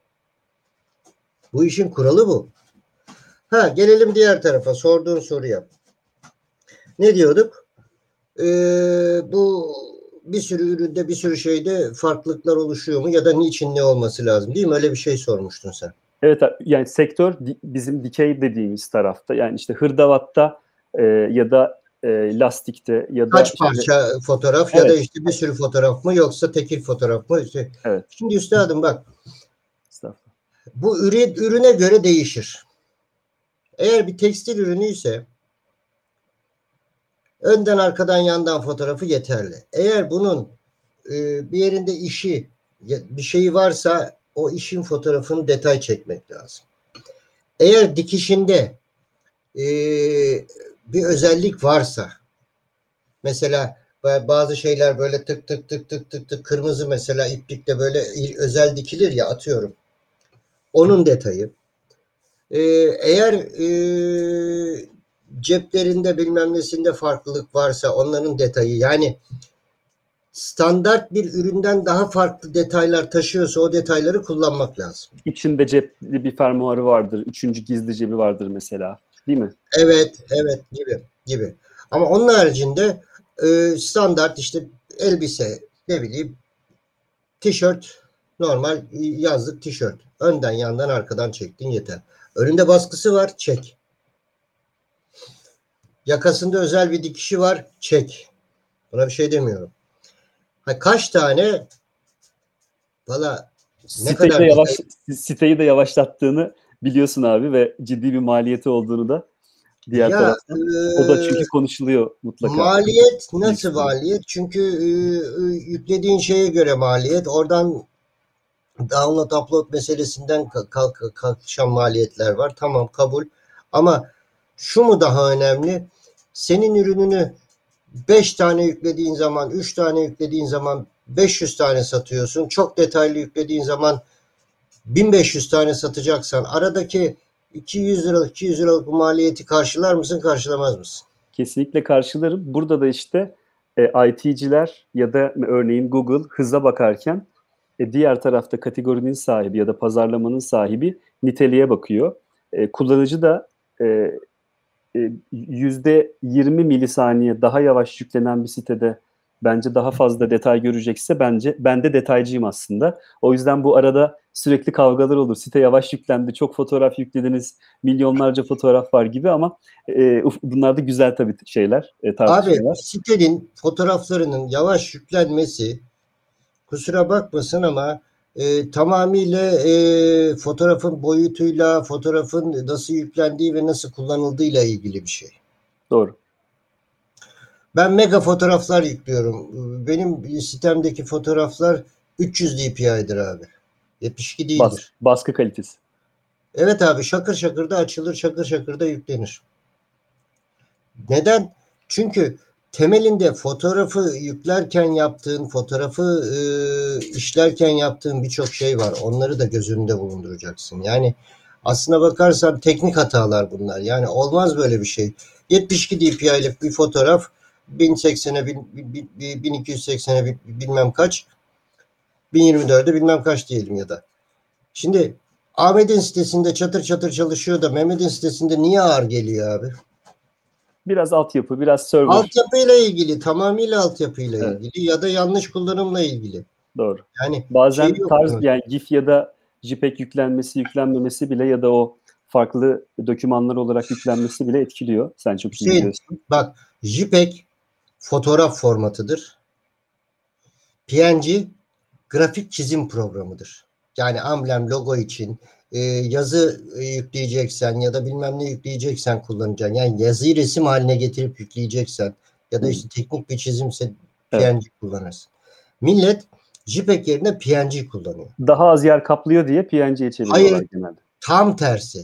Bu işin kuralı bu. Ha, gelelim diğer tarafa, sorduğun soruya. Ne diyorduk? Ee, bu bir sürü üründe, bir sürü şeyde farklılıklar oluşuyor mu ya da niçin, ne olması lazım, değil mi? Öyle bir şey sormuştun sen. Evet, yani sektör bizim dikey dediğimiz tarafta, yani işte hırdavatta e, ya da e, lastikte ya da Kaç işte, parça fotoğraf ya da evet, işte bir sürü fotoğraf mı yoksa tekil fotoğraf mı? İşte, evet. şimdi üstadım bak, Estağfurullah. bu ürün, ürüne göre değişir. Eğer bir tekstil ürünü ise önden, arkadan, yandan fotoğrafı yeterli. Eğer bunun e, bir yerinde işi, bir şeyi varsa o işin fotoğrafını detay çekmek lazım. Eğer dikişinde e, bir özellik varsa, mesela bazı şeyler böyle tık tık tık tık tık tık kırmızı mesela iplikle böyle özel dikilir ya, atıyorum. Onun detayı. Ee, eğer e, ceplerinde bilmem nesinde farklılık varsa onların detayı, yani standart bir üründen daha farklı detaylar taşıyorsa o detayları kullanmak lazım. İçinde cepli bir fermuarı vardır, üçüncü gizli cebi vardır mesela, değil mi? Evet, evet gibi gibi. Ama onun haricinde e, standart işte elbise, ne bileyim, tişört, normal yazlık tişört. Önden, yandan, arkadan çektin yeter. Önünde baskısı var, çek. Yakasında özel bir dikişi var, çek. Buna bir şey demiyorum. Ha, kaç tane, valla ne Siteyi de kadar detay. yavaş siteyi de yavaşlattığını biliyorsun abi ve ciddi bir maliyeti olduğunu da diğer Ya taraftan. e, O da çünkü konuşuluyor mutlaka. maliyet nasıl Bilgisayarda. maliyet? Çünkü e, e, yüklediğin şeye göre maliyet. Oradan download upload meselesinden kalk, kalkışan maliyetler var. Tamam, kabul. Ama şu mu daha önemli? Senin ürününü beş tane yüklediğin zaman, üç tane yüklediğin zaman beş yüz tane satıyorsun. Çok detaylı yüklediğin zaman bin beş yüz tane satacaksan aradaki iki yüz liralık iki yüz liralık bu maliyeti karşılar mısın, karşılamaz mısın? Kesinlikle karşılarım. Burada da işte e, I T'ciler ya da örneğin Google hıza bakarken e, diğer tarafta kategorinin sahibi ya da pazarlamanın sahibi niteliğe bakıyor. E, kullanıcı da e, e, yüzde yirmi milisaniye daha yavaş yüklenen bir sitede bence daha fazla detay görecekse, bence ben de detaycıyım aslında. O yüzden bu arada sürekli kavgalar olur. Site yavaş yüklendi, çok fotoğraf yüklediniz, milyonlarca fotoğraf var gibi, ama e, bunlar da güzel tabii şeyler, e, Abi, tartışmalar. sitenin fotoğraflarının yavaş yüklenmesi, kusura bakmasın ama e, tamamıyla e, fotoğrafın boyutuyla, fotoğrafın nasıl yüklendiği ve nasıl kullanıldığıyla ilgili bir şey. Doğru. Ben mega fotoğraflar yüklüyorum. Benim sitemdeki fotoğraflar üç yüz D P I'dir abi. yetmiş iki Bas, değildir. baskı kalitesi. Evet abi, şakır şakır da açılır, şakır şakır da yüklenir. Neden? Çünkü temelinde fotoğrafı yüklerken yaptığın, fotoğrafı e, işlerken yaptığın birçok şey var. Onları da göz önünde bulunduracaksın. Yani aslına bakarsan teknik hatalar bunlar. Yani olmaz böyle bir şey. yetmiş iki D P I'lik bir fotoğraf bin seksene, bin iki yüz seksene bilmem kaç, bin yirmi dörde bilmem kaç diyelim ya da. Şimdi Ahmet'in sitesinde çatır çatır çalışıyor da Mehmet'in sitesinde niye ağır geliyor abi? Biraz altyapı, biraz server. Altyapıyla ilgili, tamamıyla altyapıyla Evet. ilgili ya da yanlış kullanımla ilgili. Doğru. Yani Bazen şey yok tarz, bunun. yani GIF ya da JPEG yüklenmesi, yüklenmemesi bile ya da o farklı dokümanlar olarak yüklenmesi bile etkiliyor. Sen çok iyi Hüseyin, biliyorsun. bak, JPEG fotoğraf formatıdır. P N G grafik çizim programıdır. Yani amblem, logo için e, yazı e, yükleyeceksen ya da bilmem ne yükleyeceksen kullanacaksın. Yani yazıyı resim haline getirip yükleyeceksen ya da işte teknik bir çizimse P N G evet. kullanırsın. Millet JPEG yerine P N G kullanıyor. Daha az yer kaplıyor diye P N G'ye çeviriyorlar Hayır, genelde. tam tersi.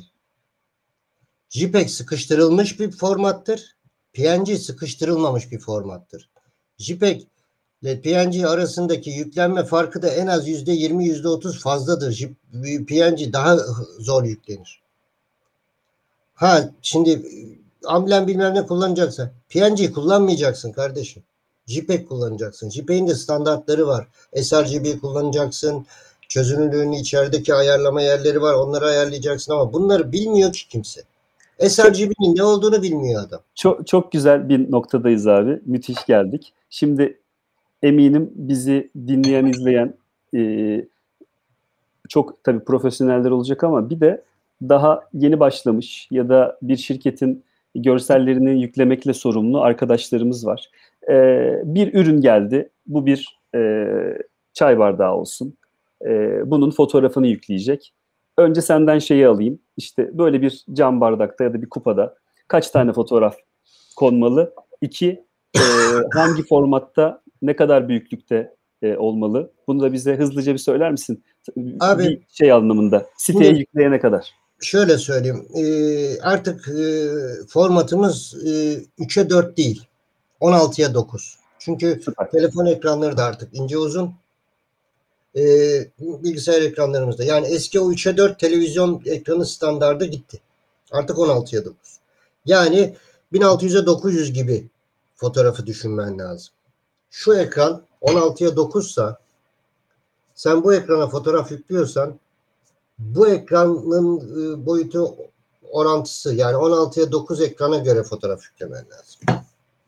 JPEG sıkıştırılmış bir formattır. P N G sıkıştırılmamış bir formattır. JPEG ile P N G arasındaki yüklenme farkı da en az yüzde yirmi yüzde otuz fazladır. P N G daha zor yüklenir. Ha şimdi amblem bilmem ne kullanacaksa P N G kullanmayacaksın kardeşim. JPEG kullanacaksın. JPEG'in de standartları var. S R G B kullanacaksın. Çözünürlüğünün içerideki ayarlama yerleri var. Onları ayarlayacaksın ama bunları bilmiyor ki kimse. S R G B'nin ne olduğunu bilmiyor adam. Çok çok güzel bir noktadayız abi. Müthiş geldik. Şimdi eminim bizi dinleyen, izleyen e, çok tabii profesyoneller olacak ama bir de daha yeni başlamış ya da bir şirketin görsellerini yüklemekle sorumlu arkadaşlarımız var. E, bir ürün geldi. Bu bir e, çay bardağı olsun. E, bunun fotoğrafını yükleyecek. Önce senden şeyi alayım. İşte böyle bir cam bardakta ya da bir kupada kaç tane fotoğraf konmalı? İki, e, hangi formatta, ne kadar büyüklükte e, olmalı? Bunu da bize hızlıca bir söyler misin? Abi, bir şey anlamında. Siteye şimdi, yükleyene kadar. Şöyle söyleyeyim. E, artık e, formatımız e, üçe dört değil. on altıya dokuz. Çünkü Süper. Telefon ekranları da artık ince uzun. E, bilgisayar ekranlarımızda. Yani eski o üçe dört televizyon ekranı standardı gitti. Artık on altıya dokuz. Yani bin altı yüze dokuz yüz gibi fotoğrafı düşünmen lazım. Şu ekran on altıya dokuzsa sen bu ekrana fotoğraf yüklüyorsan bu ekranın e, boyutu orantısı yani on altıya dokuz ekrana göre fotoğraf yüklemen lazım.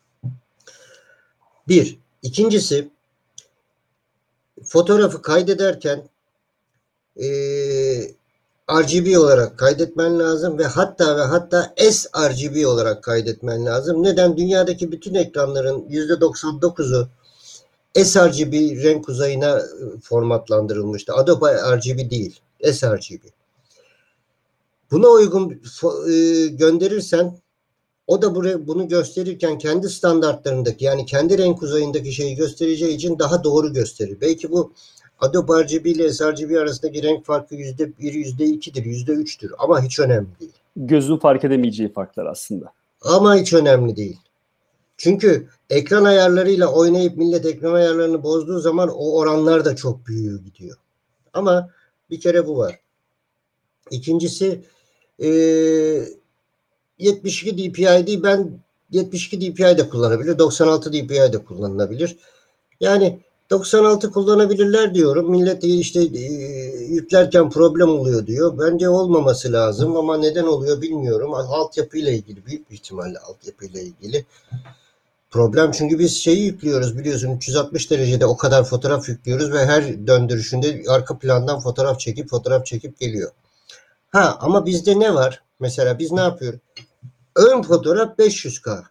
Bir. İkincisi fotoğrafı kaydederken e, R G B olarak kaydetmen lazım ve hatta ve hatta S R G B olarak kaydetmen lazım. Neden? Dünyadaki bütün ekranların yüzde doksan dokuzu S R G B renk uzayına formatlandırılmıştı. Adobe R G B değil. S R G B. Buna uygun e, gönderirsen o da buraya bunu gösterirken kendi standartlarındaki yani kendi renk uzayındaki şeyi göstereceği için daha doğru gösterir. Belki bu Adobe R G B ile S R G B arasındaki renk farkı yüzde bir, yüzde ikidir, yüzde üçtür ama hiç önemli değil. Gözün fark edemeyeceği farklar aslında. Ama hiç önemli değil. Çünkü ekran ayarlarıyla oynayıp millet ekran ayarlarını bozduğu zaman o oranlar da çok büyüyor gidiyor. Ama bir kere bu var. İkincisi e, yetmiş iki D P I değil, ben yetmiş iki D P I de kullanabilir, doksan altı D P I de kullanılabilir. Yani doksan altı kullanabilirler diyorum. Millet işte e, yüklerken problem oluyor diyor. Bence olmaması lazım ama neden oluyor bilmiyorum. Altyapıyla ilgili, büyük bir ihtimalle altyapıyla ilgili problem. Çünkü biz şeyi yüklüyoruz biliyorsun, üç yüz altmış derecede o kadar fotoğraf yüklüyoruz ve her döndürüşünde arka plandan fotoğraf çekip fotoğraf çekip geliyor. Ha ama bizde ne var? Mesela biz ne yapıyoruz? Ön fotoğraf beş yüz K.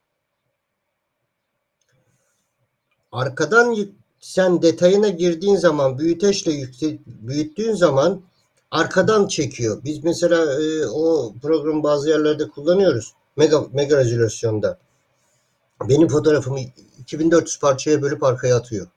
Arkadan sen detayına girdiğin zaman, büyüteçle yükse, büyüttüğün zaman arkadan çekiyor. Biz mesela e, o programı bazı yerlerde kullanıyoruz. Mega, mega rezolüsyonda. Benim fotoğrafımı iki bin dört yüz parçaya bölüp arkaya atıyor.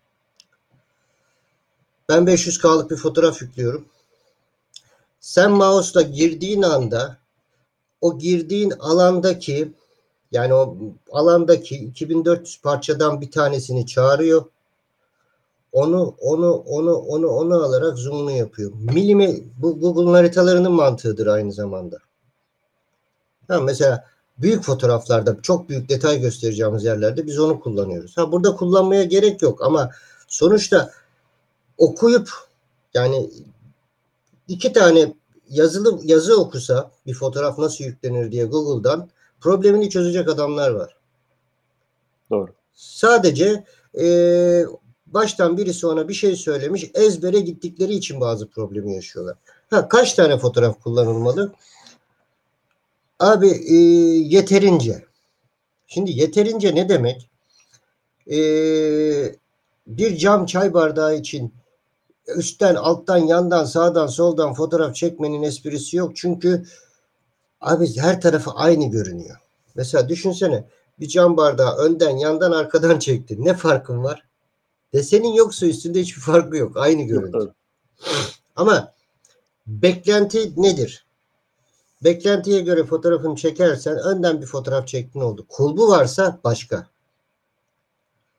Ben beş yüz K'lık bir fotoğraf yüklüyorum. Sen mouse'la girdiğin anda o girdiğin alandaki yani o alandaki iki bin dört yüz parçadan bir tanesini çağırıyor. Onu onu onu onu onu alarak zoom'unu yapıyor. Milime bu Google'un haritalarının mantığıdır aynı zamanda. Ha, mesela büyük fotoğraflarda çok büyük detay göstereceğimiz yerlerde biz onu kullanıyoruz. Ha burada kullanmaya gerek yok ama sonuçta okuyup yani iki tane yazılı yazı okusa bir fotoğraf nasıl yüklenir diye Google'dan problemini çözecek adamlar var. Doğru. Sadece e, baştan birisi ona bir şey söylemiş, ezbere gittikleri için bazı problemi yaşıyorlar. Ha kaç tane fotoğraf kullanılmalı? Abi e, yeterince. Şimdi yeterince ne demek? E, bir cam çay bardağı için üstten, alttan, yandan, sağdan, soldan fotoğraf çekmenin esprisi yok. Çünkü abi her tarafı aynı görünüyor. Mesela düşünsene bir cam bardağı önden, yandan, arkadan çektin. Ne farkın var? Desenin yoksa üstünde hiçbir farkı yok. Aynı görüntü. Ama beklenti nedir? Beklentiye göre fotoğrafını çekersen önden bir fotoğraf çektin oldu. Kulbu varsa başka.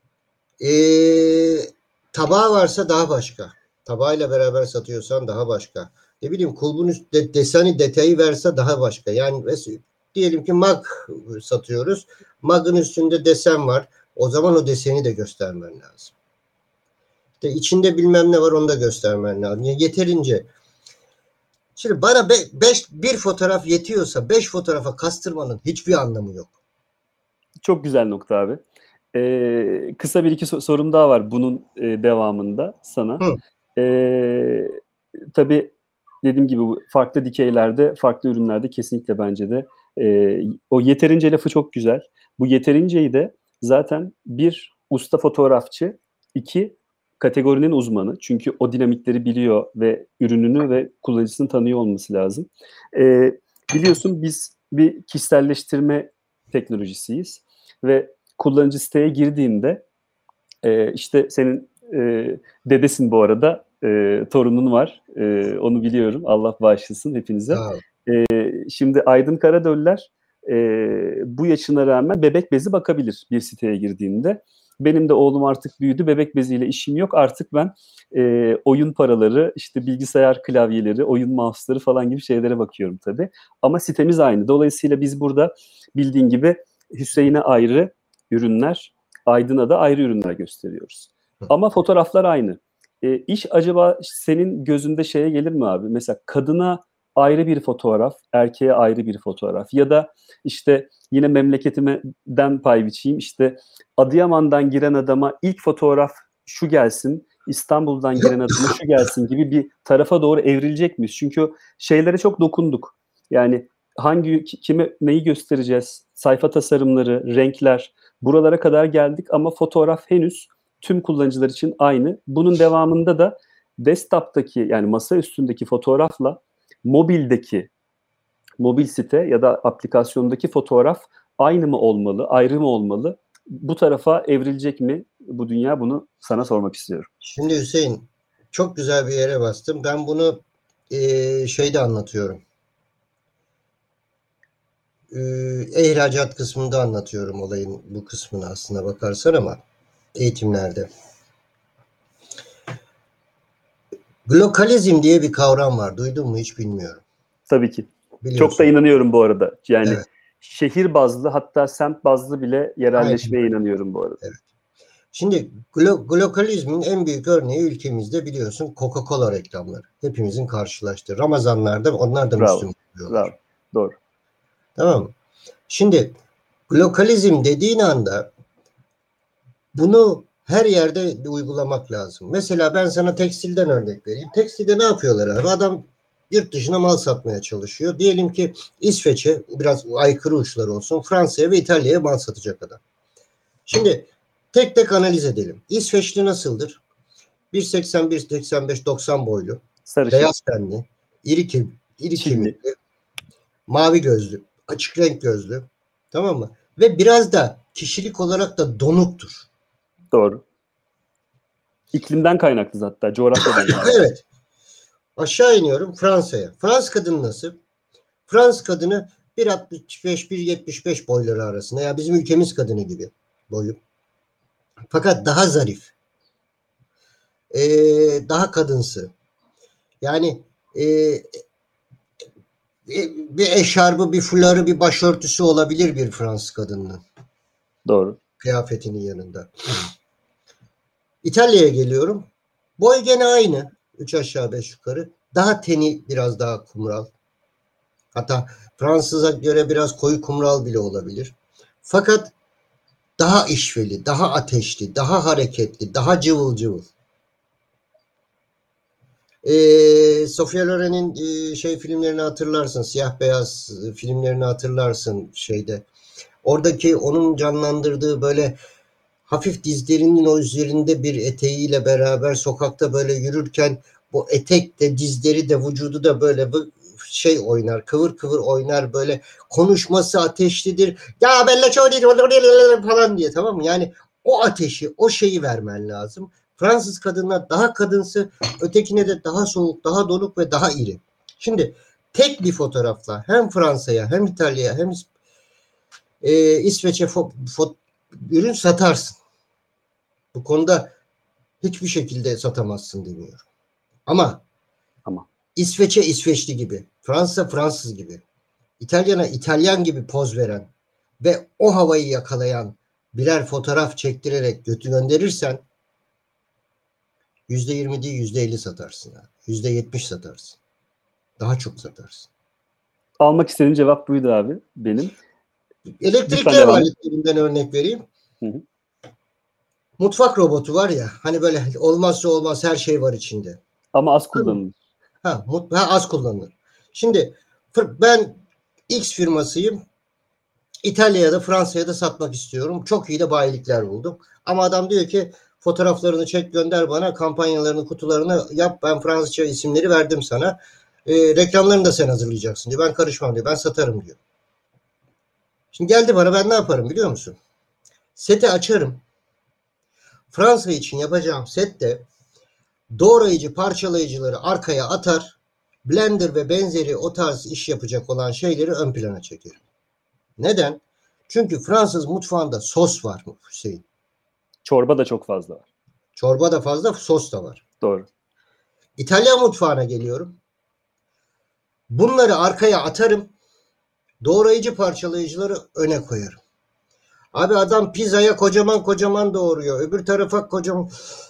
E, tabağı varsa daha başka. Tabağıyla beraber satıyorsan daha başka. Ne bileyim kulbun üstte deseni detayı verse daha başka. Yani mesela, diyelim ki mug satıyoruz. Mug'ın üstünde desen var. O zaman o deseni de göstermen lazım. İşte içinde bilmem ne var, onu da göstermen lazım. Yani yeterince. Şimdi bana be, beş, bir fotoğraf yetiyorsa beş fotoğrafa kastırmanın hiçbir anlamı yok. Çok güzel nokta abi. Ee, kısa bir iki so- sorum daha var bunun e, devamında sana. Hı. Ee, tabii dediğim gibi bu farklı dikeylerde, farklı ürünlerde kesinlikle bence de e, o yeterince lafı çok güzel. Bu yeterinceyi de zaten bir usta fotoğrafçı, iki kategorinin uzmanı. Çünkü o dinamikleri biliyor ve ürününü ve kullanıcısını tanıyor olması lazım. Ee, biliyorsun biz bir kişiselleştirme teknolojisiyiz ve kullanıcı siteye girdiğinde e, işte senin e, dedesin bu arada, e, torunun var, e, onu biliyorum, Allah bağışlasın hepinize. E, şimdi Aydın Karadöller e, bu yaşına rağmen bebek bezi bakabilir bir siteye girdiğinde. Benim de oğlum artık büyüdü, bebek beziyle işim yok artık, ben e, oyun paraları, işte bilgisayar klavyeleri, oyun mouse'ları falan gibi şeylere bakıyorum tabii. Ama sitemiz aynı. Dolayısıyla biz burada bildiğin gibi Hüseyin'e ayrı ürünler, Aydın'a da ayrı ürünler gösteriyoruz. Ama fotoğraflar aynı. E, iş acaba senin gözünde şeye gelir mi abi? Mesela kadına ayrı bir fotoğraf, erkeğe ayrı bir fotoğraf. Ya da işte yine memleketimden pay biçeyim. İşte Adıyaman'dan giren adama ilk fotoğraf şu gelsin, İstanbul'dan giren adama şu gelsin gibi bir tarafa doğru evrilecek miyiz? Çünkü şeylere çok dokunduk. Yani hangi, kime neyi göstereceğiz? Sayfa tasarımları, renkler, buralara kadar geldik ama fotoğraf henüz tüm kullanıcılar için aynı. Bunun devamında da desktop'taki, yani masa üstündeki fotoğrafla mobildeki, mobil site ya da aplikasyondaki fotoğraf aynı mı olmalı, ayrı mı olmalı? Bu tarafa evrilecek mi bu dünya? Bunu sana sormak istiyorum. Şimdi Hüseyin, çok güzel bir yere bastım. Ben bunu e, şeyde anlatıyorum. E, ihracat kısmında anlatıyorum olayın bu kısmını aslına bakarsan, ama eğitimlerde. Glokalizm diye bir kavram var. Duydun mu hiç bilmiyorum. Tabii ki. Biliyorsun. Çok da inanıyorum bu arada. Yani evet. şehir bazlı, hatta semt bazlı bile yerelleşmeye Aynen. inanıyorum bu arada. Evet. Şimdi glo- glokalizmin en büyük örneği ülkemizde biliyorsun Coca-Cola reklamları. Hepimizin karşılaştığı. Ramazanlarda onlar da Bravo. Müslüman oluyorlar. Bravo. Doğru. Tamam mı? Şimdi glokalizm dediğin anda bunu her yerde uygulamak lazım. Mesela ben sana tekstilden örnek vereyim. Tekstilde ne yapıyorlar abi? Adam yurt dışına mal satmaya çalışıyor. Diyelim ki İsveç'e, biraz aykırı uçlar olsun, Fransa'ya ve İtalya'ya mal satacak adam. Şimdi tek tek analiz edelim. İsveçli nasıldır? bir seksen bir seksen beş doksan boylu. Sarışın. Beyaz tenli. iri, kem iri Çilli. kemikli. Mavi gözlü. Açık renk gözlü. Tamam mı? Ve biraz da kişilik olarak da donuktur. Doğru. İklimden kaynaklı hatta. Coğrafyadan kaynaklı. Evet. Aşağı iniyorum Fransa'ya. Fransız kadını nasıl? Fransız kadını bir altmış beş bir yetmiş beş boyları arasında. Ya bizim ülkemiz kadını gibi boyu. Fakat daha zarif. Ee, daha kadınsı. Yani e, bir eşarbı, bir fuları, bir başörtüsü olabilir bir Fransız kadının. Doğru. Kıyafetinin yanında. İtalya'ya geliyorum. Boy gene aynı. Üç aşağı beş yukarı. Daha teni biraz daha kumral. Hatta Fransız'a göre biraz koyu kumral bile olabilir. Fakat daha işveli, daha ateşli, daha hareketli, daha cıvıl cıvıl. Ee, Sofia Loren'in e, şey filmlerini hatırlarsın. Siyah beyaz filmlerini hatırlarsın şeyde. Oradaki onun canlandırdığı böyle hafif dizlerinin o üzerinde bir eteğiyle beraber sokakta böyle yürürken bu etek de dizleri de vücudu da böyle şey oynar, kıvır kıvır oynar, böyle konuşması ateşlidir. Ya bella falan diye, tamam mı? Yani o ateşi, o şeyi vermen lazım. Fransız kadınlar daha kadınsı, ötekine de daha soğuk, daha donuk ve daha iri. Şimdi tek bir fotoğrafla hem Fransa'ya hem İtalya'ya hem e, İsveç'e ürün satarsın. Bu konuda hiçbir şekilde satamazsın demiyorum. Ama Ama İsveç'e İsveçli gibi, Fransa Fransız gibi, İtalyan'a İtalyan gibi poz veren ve o havayı yakalayan birer fotoğraf çektirerek götü gönderirsen yüzde yirmi değil yüzde elli satarsın. Yüzde yetmiş satarsın. Daha çok satarsın. almak istediğim cevap buydu abi benim. Elektrikli ev aletlerinden örnek vereyim. Hı hı. Mutfak robotu var ya, hani böyle olmazsa olmaz her şey var içinde. Ama az kullanılır. Ha, ha, az kullanılır. Şimdi ben X firmasıyım. İtalya'ya da Fransa'ya da satmak istiyorum. Çok iyi de bayilikler buldum. Ama adam diyor ki fotoğraflarını çek gönder bana, kampanyalarını, kutularını yap. Ben Fransızca isimleri verdim sana. E, reklamlarını da sen hazırlayacaksın diyor. Ben karışmam diyor. Ben satarım diyor. Şimdi geldi bana, ben ne yaparım biliyor musun? Seti açarım. Fransa için yapacağım sette doğrayıcı parçalayıcıları arkaya atar. Blender ve benzeri o tarz iş yapacak olan şeyleri ön plana çekerim. Neden? Çünkü Fransız mutfağında sos var mı Hüseyin? Çorba da çok fazla var. Çorba da fazla, sos da var. Doğru. İtalyan mutfağına geliyorum. Bunları arkaya atarım. Doğrayıcı parçalayıcıları öne koyarım. Abi adam pizzaya kocaman kocaman doğruyor. Öbür tarafa kocaman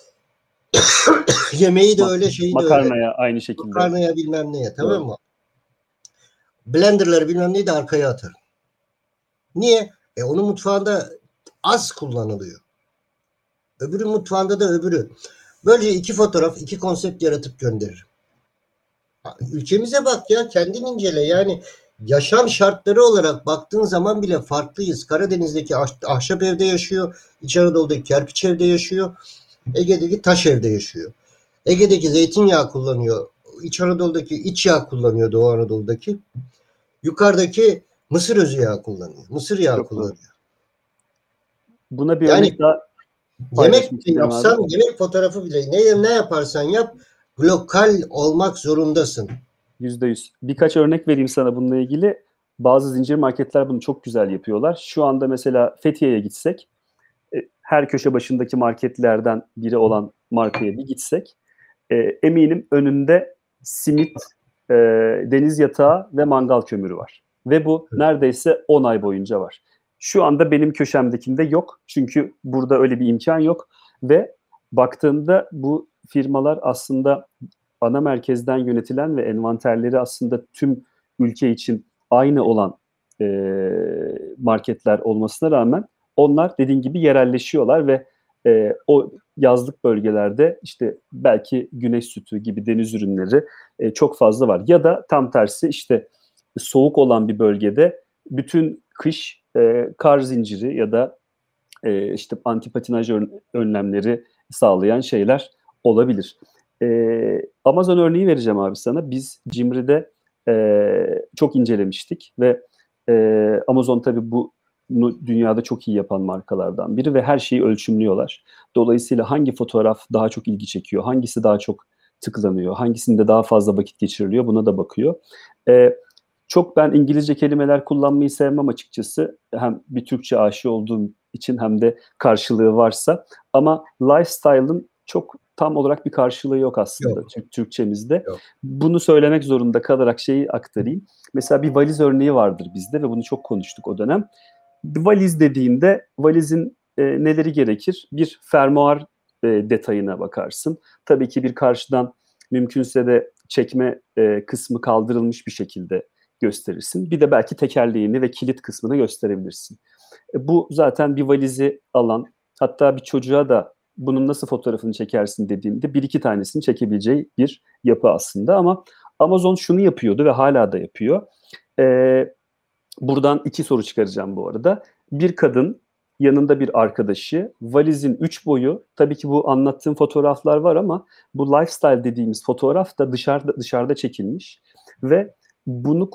yemeği de öyle, şeyi de öyle. Makarnaya aynı şekilde. Makarnaya bilmem neye, tamam mı? Blenderları bilmem neyi de arkaya atarım. Niye? E onun mutfağında az kullanılıyor. Öbürü mutfağında da öbürü. Böylece iki fotoğraf, iki konsept yaratıp gönderirim. Ülkemize bak ya, kendin incele. Yani yaşam şartları olarak baktığın zaman bile farklıyız. Karadeniz'deki ah- ahşap evde yaşıyor. İç Anadolu'daki kerpiç evde yaşıyor. Ege'deki taş evde yaşıyor. Ege'deki zeytinyağı kullanıyor. İç Anadolu'daki iç yağ kullanıyor, Doğu Anadolu'daki. Yukarıdaki mısır özü yağı kullanıyor. Mısır yağı Çok kullanıyor. Doğru. Buna bir yani, örnek daha yemek yapsan, abi. Yemek fotoğrafı bile ne, ne yaparsan yap lokal olmak zorundasın. Yüzde yüz. Birkaç örnek vereyim sana bununla ilgili. Bazı zincir marketler bunu çok güzel yapıyorlar. Şu anda mesela Fethiye'ye gitsek, her köşe başındaki marketlerden biri olan markaya bir gitsek, eminim önünde simit, deniz yatağı ve mangal kömürü var. Ve bu neredeyse on ay boyunca var. Şu anda benim köşemdekinde yok. Çünkü burada öyle bir imkan yok. Ve baktığımda bu firmalar aslında ana merkezden yönetilen ve envanterleri aslında tüm ülke için aynı olan e, marketler olmasına rağmen onlar dediğin gibi yerelleşiyorlar ve e, o yazlık bölgelerde işte belki güneş sütü gibi deniz ürünleri e, çok fazla var. Ya da tam tersi işte soğuk olan bir bölgede bütün kış e, kar zinciri ya da e, işte antipatinaj önlemleri sağlayan şeyler olabilir. Ee, Amazon örneği vereceğim abi sana. Biz Cimri'de e, çok incelemiştik ve e, Amazon tabii bu dünyada çok iyi yapan markalardan biri ve her şeyi ölçümlüyorlar. Dolayısıyla hangi fotoğraf daha çok ilgi çekiyor, hangisi daha çok tıklanıyor, hangisinde daha fazla vakit geçiriliyor, buna da bakıyor. E, çok ben İngilizce kelimeler kullanmayı sevmem açıkçası. Hem bir Türkçe aşığı olduğum için hem de karşılığı varsa. Ama lifestyle'ın çok tam olarak bir karşılığı yok aslında yok. Türk Türkçemizde. Yok. Bunu söylemek zorunda kalarak şeyi aktarayım. Mesela bir valiz örneği vardır bizde ve bunu çok konuştuk o dönem. Bir valiz dediğinde valizin e, neleri gerekir? Bir fermuar e, detayına bakarsın. Tabii ki bir karşıdan mümkünse de çekme e, kısmı kaldırılmış bir şekilde gösterirsin. Bir de belki tekerleğini ve kilit kısmını gösterebilirsin. E, bu zaten bir valizi alan, hatta bir çocuğa da bunun nasıl fotoğrafını çekersin dediğinde bir iki tanesini çekebileceği bir yapı aslında. Ama Amazon şunu yapıyordu ve hala da yapıyor. Ee, buradan iki soru çıkaracağım bu arada. Bir kadın, yanında bir arkadaşı, valizin üç boyu, tabii ki bu anlattığım fotoğraflar var ama bu lifestyle dediğimiz fotoğraf da dışarıda dışarıda çekilmiş ve bunu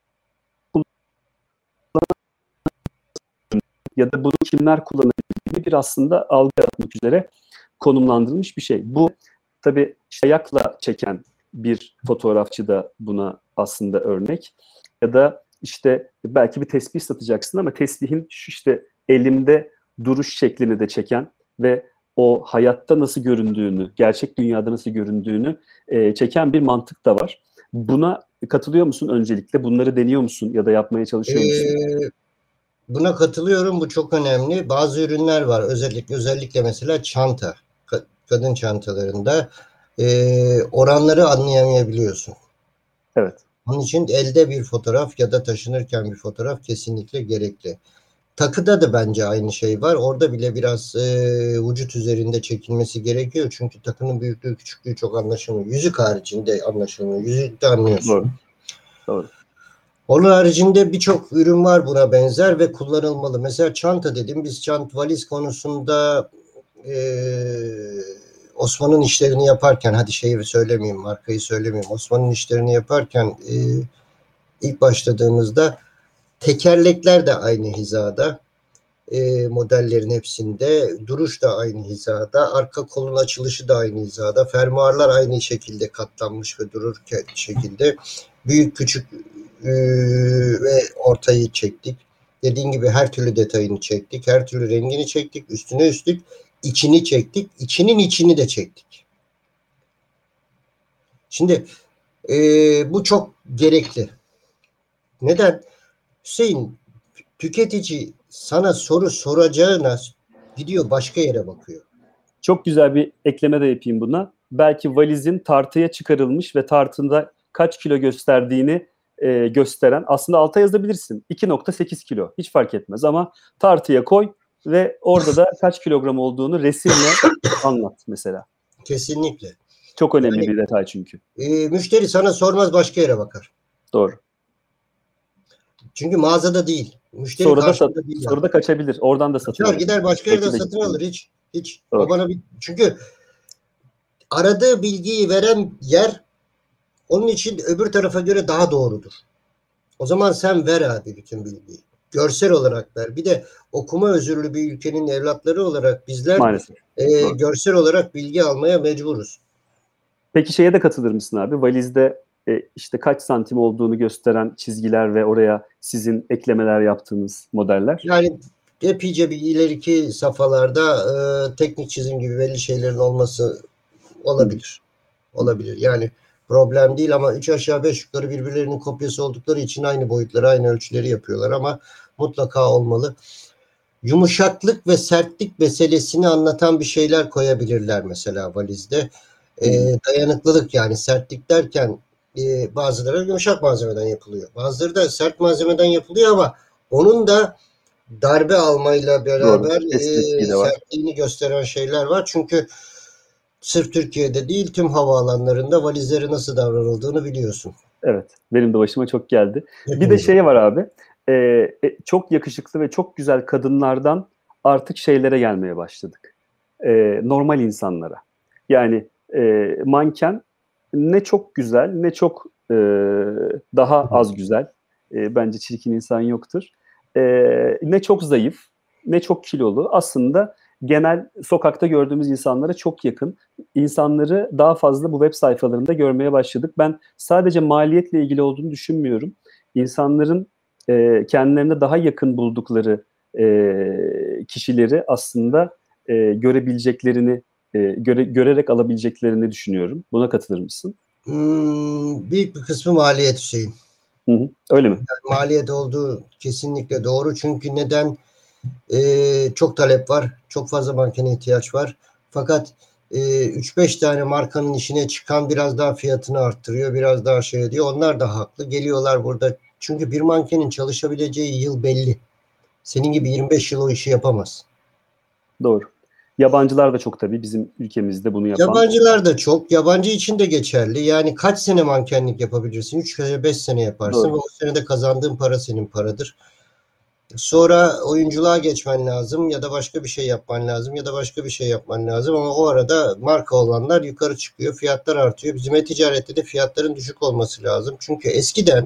ya da bunu kimler kullanabilir bir aslında algı yaratmak üzere konumlandırılmış bir şey. Bu tabii işte ayakla çeken bir fotoğrafçı da buna aslında örnek. Ya da işte belki bir tesbih satacaksın ama tesbihin şu işte elimde duruş şeklini de çeken ve o hayatta nasıl göründüğünü, gerçek dünyada nasıl göründüğünü e, çeken bir mantık da var. Buna katılıyor musun öncelikle? Bunları deniyor musun ya da yapmaya çalışıyor musun? Ee, buna katılıyorum. Bu çok önemli. Bazı ürünler var. Özellikle özellikle mesela çanta. Ka- kadın çantalarında e, oranları anlayamayabiliyorsun. Evet. Onun için elde bir fotoğraf ya da taşınırken bir fotoğraf kesinlikle gerekli. Takıda da bence aynı şey var. Orada bile biraz e, vücut üzerinde çekilmesi gerekiyor. Çünkü takının büyüklüğü küçüklüğü çok anlaşılmıyor. Yüzük haricinde anlaşılmıyor. Yüzükte anlıyorsun. Doğru. Doğru. Onun haricinde birçok ürün var buna benzer ve kullanılmalı. Mesela çanta dedim. Biz çant valiz konusunda e, Osman'ın işlerini yaparken, hadi şeyi söylemeyeyim, markayı söylemeyeyim. Osman'ın işlerini yaparken e, ilk başladığımızda tekerlekler de aynı hizada. E, modellerin hepsinde duruş da aynı hizada, arka kolun açılışı da aynı hizada, fermuarlar aynı şekilde katlanmış ve durur şekilde, büyük küçük e, ve ortayı çektik. Dediğim gibi her türlü detayını çektik, her türlü rengini çektik, üstüne üstlük içini çektik, içinin içini de çektik. Şimdi e, bu çok gerekli. Neden? Hüseyin, tüketici sana soru soracağına gidiyor başka yere bakıyor. Çok güzel bir ekleme de yapayım buna. Belki valizin tartıya çıkarılmış ve tartında kaç kilo gösterdiğini e, gösteren, aslında alta yazabilirsin. iki nokta sekiz kilo. Hiç fark etmez ama tartıya koy ve orada da kaç kilogram olduğunu resimle anlat mesela. Kesinlikle. Çok önemli Yani, bir detay çünkü. E, müşteri sana sormaz, başka yere bakar. Doğru. Çünkü mağazada değil. Müşteri Sonra da, karşında değil. sonra da kaçabilir. Oradan da satın Kaçar, alır. gider başka Belki yerden de satın gitsin. alır. Hiç. Hiç. Doğru. O bana bir, çünkü aradığı bilgiyi veren yer onun için öbür tarafa göre daha doğrudur. O zaman sen ver abi bütün bilgiyi. Görsel olarak ver. Bir de okuma özürlü bir ülkenin evlatları olarak bizler Maalesef. e, görsel olarak bilgi almaya mecburuz. Peki şeye de katılır mısın abi? Valizde e, işte kaç santim olduğunu gösteren çizgiler ve oraya sizin eklemeler yaptığınız modeller? Yani epeyce bir ileriki safhalarda e, teknik çizim gibi belli şeylerin olması olabilir. Hı. Olabilir. Yani problem değil ama üç aşağı beş yukarı birbirlerinin kopyası oldukları için aynı boyutları, aynı ölçüleri yapıyorlar ama mutlaka olmalı. Yumuşaklık ve sertlik meselesini anlatan bir şeyler koyabilirler mesela valizde. E, dayanıklılık, yani sertlik derken e, bazıları yumuşak malzemeden yapılıyor. Bazıları da sert malzemeden yapılıyor ama onun da darbe almayla beraber e, sertliğini gösteren şeyler var. Çünkü sırf Türkiye'de değil, tüm havaalanlarında valizlere nasıl davranıldığını biliyorsun. Evet. Benim de başıma çok geldi. Hepimiz. Bir de şey var abi. E, çok yakışıklı ve çok güzel kadınlardan artık şeylere gelmeye başladık. E, normal insanlara. Yani e, manken ne çok güzel ne çok e, daha az güzel. E, bence çirkin insan yoktur. E, ne çok zayıf ne çok kilolu. Aslında genel sokakta gördüğümüz insanlara çok yakın. İnsanları daha fazla bu web sayfalarında görmeye başladık. Ben sadece maliyetle ilgili olduğunu düşünmüyorum. İnsanların e, kendilerine daha yakın buldukları e, kişileri aslında e, görebileceklerini, e, göre, görerek alabileceklerini düşünüyorum. Buna katılır mısın? Hmm, büyük bir kısmı maliyet Hüseyin. Hı hı, öyle mi? Yani maliyet olduğu kesinlikle doğru. Çünkü neden? Ee, çok talep var. Çok fazla mankene ihtiyaç var. Fakat e, üç beş tane markanın işine çıkan biraz daha fiyatını arttırıyor. Biraz daha şey ediyor. Onlar da haklı. Geliyorlar burada. Çünkü bir mankenin çalışabileceği yıl belli. Senin gibi yirmi beş yıl o işi yapamaz. Doğru. Yabancılar da çok tabii bizim ülkemizde bunu yapan. Yabancılar da çok. Yabancı için de geçerli. Yani kaç sene mankenlik yapabilirsin? üç sene beş sene yaparsın. Doğru. Ve o senede kazandığın para senin paradır. Sonra oyunculuğa geçmen lazım ya da başka bir şey yapman lazım ya da başka bir şey yapman lazım ama o arada marka olanlar yukarı çıkıyor, fiyatlar artıyor. Bizim e-ticarette de fiyatların düşük olması lazım. Çünkü eskiden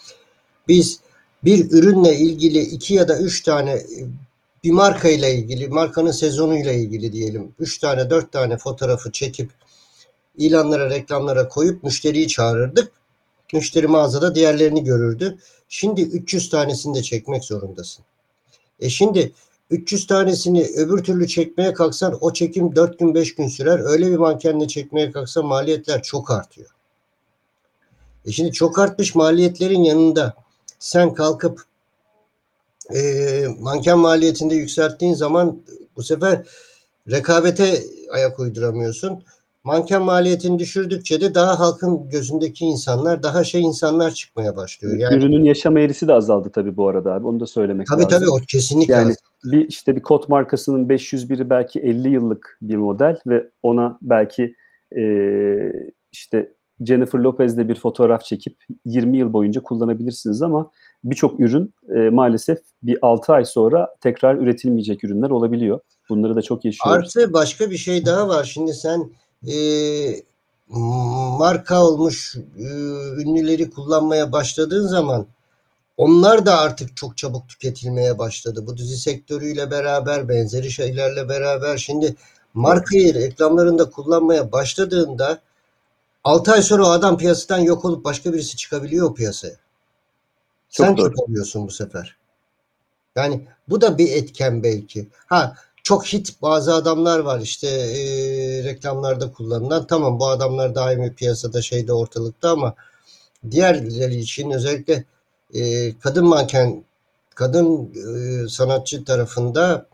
biz bir ürünle ilgili iki ya da üç tane, bir markayla ilgili, markanın sezonuyla ilgili diyelim, üç tane dört tane fotoğrafı çekip ilanlara, reklamlara koyup müşteriyi çağırırdık. Müşteri mağazada diğerlerini görürdü. Şimdi üç yüz tanesini de çekmek zorundasın. E şimdi üç yüz tanesini öbür türlü çekmeye kalksan o çekim dört gün beş gün sürer. Öyle bir mankenle çekmeye kalksan maliyetler çok artıyor. E şimdi çok artmış maliyetlerin yanında sen kalkıp e, manken maliyetinde yükselttiğin zaman bu sefer rekabete ayak uyduramıyorsun. Manken maliyetini düşürdükçe de daha halkın gözündeki insanlar, daha şey insanlar çıkmaya başlıyor. Yani ürünün yaşam eğrisi de azaldı tabii bu arada abi. Onu da söylemek tabii lazım. tabii o kesinlikle yani azaldı. bir işte bir kot markasının beş yüz biri belki elli yıllık bir model ve ona belki e, işte Jennifer Lopez'le bir fotoğraf çekip yirmi yıl boyunca kullanabilirsiniz ama birçok ürün e, maalesef bir altı ay sonra tekrar üretilmeyecek ürünler olabiliyor. Bunları da çok yaşıyoruz. Artı başka bir şey daha var. Şimdi sen e, marka olmuş e, ünlüleri kullanmaya başladığın zaman onlar da artık çok çabuk tüketilmeye başladı. Bu dizi sektörüyle beraber, benzeri şeylerle beraber şimdi markayı reklamlarında kullanmaya başladığında altı ay sonra o adam piyasadan yok olup başka birisi çıkabiliyor piyasaya. Çok Sen doğru. çok oluyorsun bu sefer. Yani bu da bir etken belki. Ha çok hit bazı adamlar var işte e, reklamlarda kullanılan. Tamam bu adamlar daimi piyasada şeyde ortalıkta ama diğerleri için özellikle e, kadın manken, kadın e, sanatçı tarafında